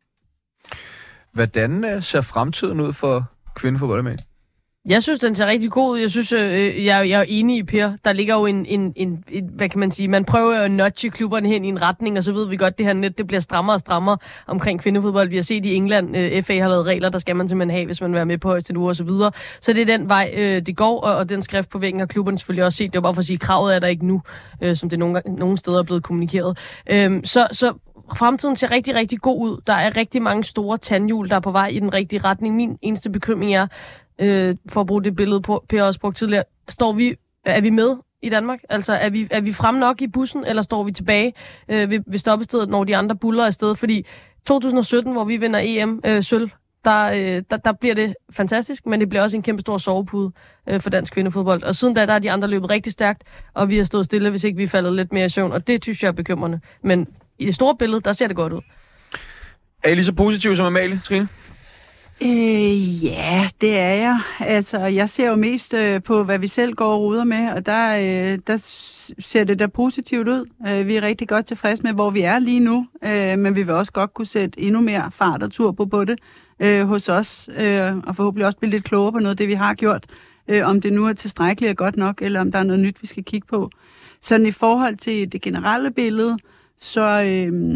Hvordan øh, ser fremtiden ud for kvindefodbold med? Jeg synes, den ser rigtig god ud. Jeg synes, øh, jeg, jeg er enig i Per. Der ligger jo en, en, en, en, hvad kan man sige, man prøver at nudge klubberne hen i en retning, og så ved vi godt, det her net, det bliver strammere og strammere omkring kvindefodbold. Vi har set i England, øh, F A har lavet regler, der skal man simpelthen have, hvis man vil være med på højeste niveau og så videre. Så det er den vej, øh, det går, og, og den skrift på væggen har klubberne selvfølgelig også set. Det var bare for at sige, kravet er der ikke nu, øh, som det nogle, nogle steder er blevet kommunikeret. Øh, så, så fremtiden ser rigtig, rigtig god ud. Der er rigtig mange store tandhjul, der er på vej i den rigtige retning. Min eneste bekymring er, Øh, for at bruge det billede på, Per også brugt tidligere, står vi, er vi med i Danmark? Altså, er vi, er vi frem nok i bussen, eller står vi tilbage øh, ved, ved stoppestedet, når de andre buller afsted? Fordi to tusind og sytten, hvor vi vinder E M øh, sølv, der, øh, der, der bliver det fantastisk, men det bliver også en kæmpe stor sovepude øh, for dansk kvindefodbold. Og siden da, der er de andre løbet rigtig stærkt, og vi har stået stille, hvis ikke vi er faldet lidt mere i søvn, og det synes jeg er bekymrende. Men i det store billede, der ser det godt ud. Er I lige så positiv som Amalie, Trine? Øh, ja, det er jeg. Altså, jeg ser jo mest øh, på, hvad vi selv går og ruder med, og der, øh, der ser det da positivt ud. Øh, vi er rigtig godt tilfredse med, hvor vi er lige nu, øh, men vi vil også godt kunne sætte endnu mere fart og turbo på det øh, hos os, øh, og forhåbentlig også blive lidt klogere på noget af det, vi har gjort. Øh, om det nu er tilstrækkeligt og godt nok, eller om der er noget nyt, vi skal kigge på. Sådan i forhold til det generelle billede, så, øh,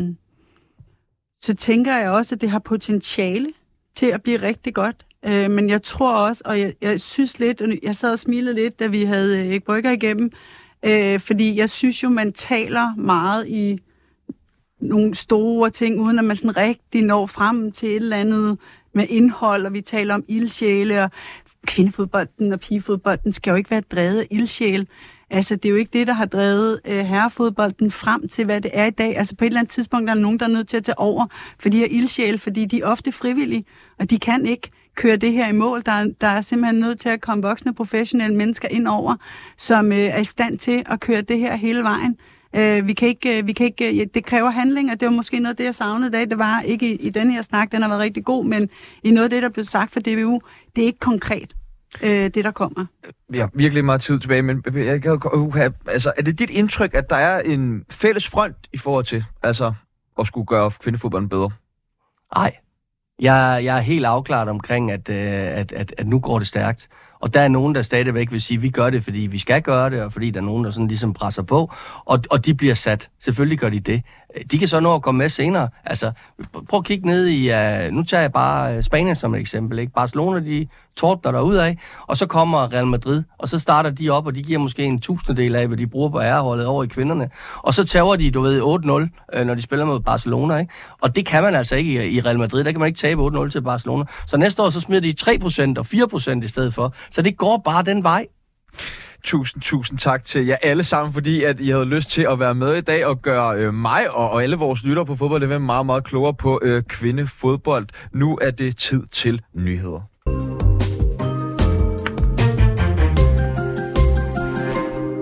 så tænker jeg også, at det har potentiale til at blive rigtig godt. Øh, men jeg tror også, og jeg, jeg synes lidt, og jeg sad og smilede lidt, da vi havde øh, Brygger igennem, øh, fordi jeg synes jo, man taler meget i nogle store ting, uden at man sådan rigtig når frem til et eller andet med indhold, og vi taler om ildsjæle, og kvindefodbolden og pigefodbolden skal jo ikke være drevet af ildsjæle. Altså, det er jo ikke det, der har drevet øh, herrefodbolden frem til, hvad det er i dag. Altså, på et eller andet tidspunkt, der er nogen, der er nødt til at tage over for de her ildsjæle, fordi de er ofte frivillige, og de kan ikke køre det her i mål. Der er, der er simpelthen nødt til at komme voksne, professionelle mennesker ind over, som øh, er i stand til at køre det her hele vejen. Øh, vi kan ikke, vi kan ikke, ja, det kræver handling, og det var måske noget af det, jeg savnede i dag. Det var ikke i, i den her snak, den har været rigtig god, men i noget af det, der blev sagt for D B U, det er ikke konkret. Øh, det, der kommer. Vi har virkelig meget tid tilbage, men jeg kan, uh, altså, er det dit indtryk, at der er en fælles front i forhold til altså, at skulle gøre kvindefodbolden bedre? Nej. Jeg, jeg er helt afklaret omkring, at, at, at, at nu går det stærkt. Og der er nogen, der stadigvæk vil sige, at vi gør det, fordi vi skal gøre det, og fordi der er nogen, der sådan ligesom presser på. Og, og de bliver sat. Selvfølgelig gør de det. De kan så nå at komme med senere. Altså, prøv at kigge ned i... Uh, nu tager jeg bare Spanien som et eksempel. Ikke? Barcelona, de tordner derudad, og så kommer Real Madrid, og så starter de op, og de giver måske en tusindedel af, hvad de bruger på æreholdet over i kvinderne. Og så tager de, du ved, otte nul, når de spiller mod Barcelona. Ikke? Og det kan man altså ikke i Real Madrid. Der kan man ikke tabe otte nul til Barcelona. Så næste år, så smider de tre procent og fire procent i stedet for. Så det går bare den vej. Tusind, tusind tak til jer alle sammen, fordi at I havde lyst til at være med i dag og gøre øh, mig og, og alle vores lyttere på fodbold, det var meget, meget klogere på øh, kvindefodbold. Nu er det tid til nyheder.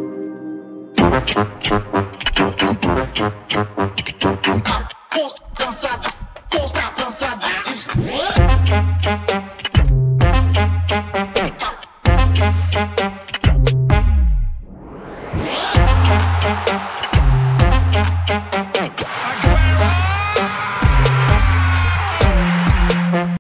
Come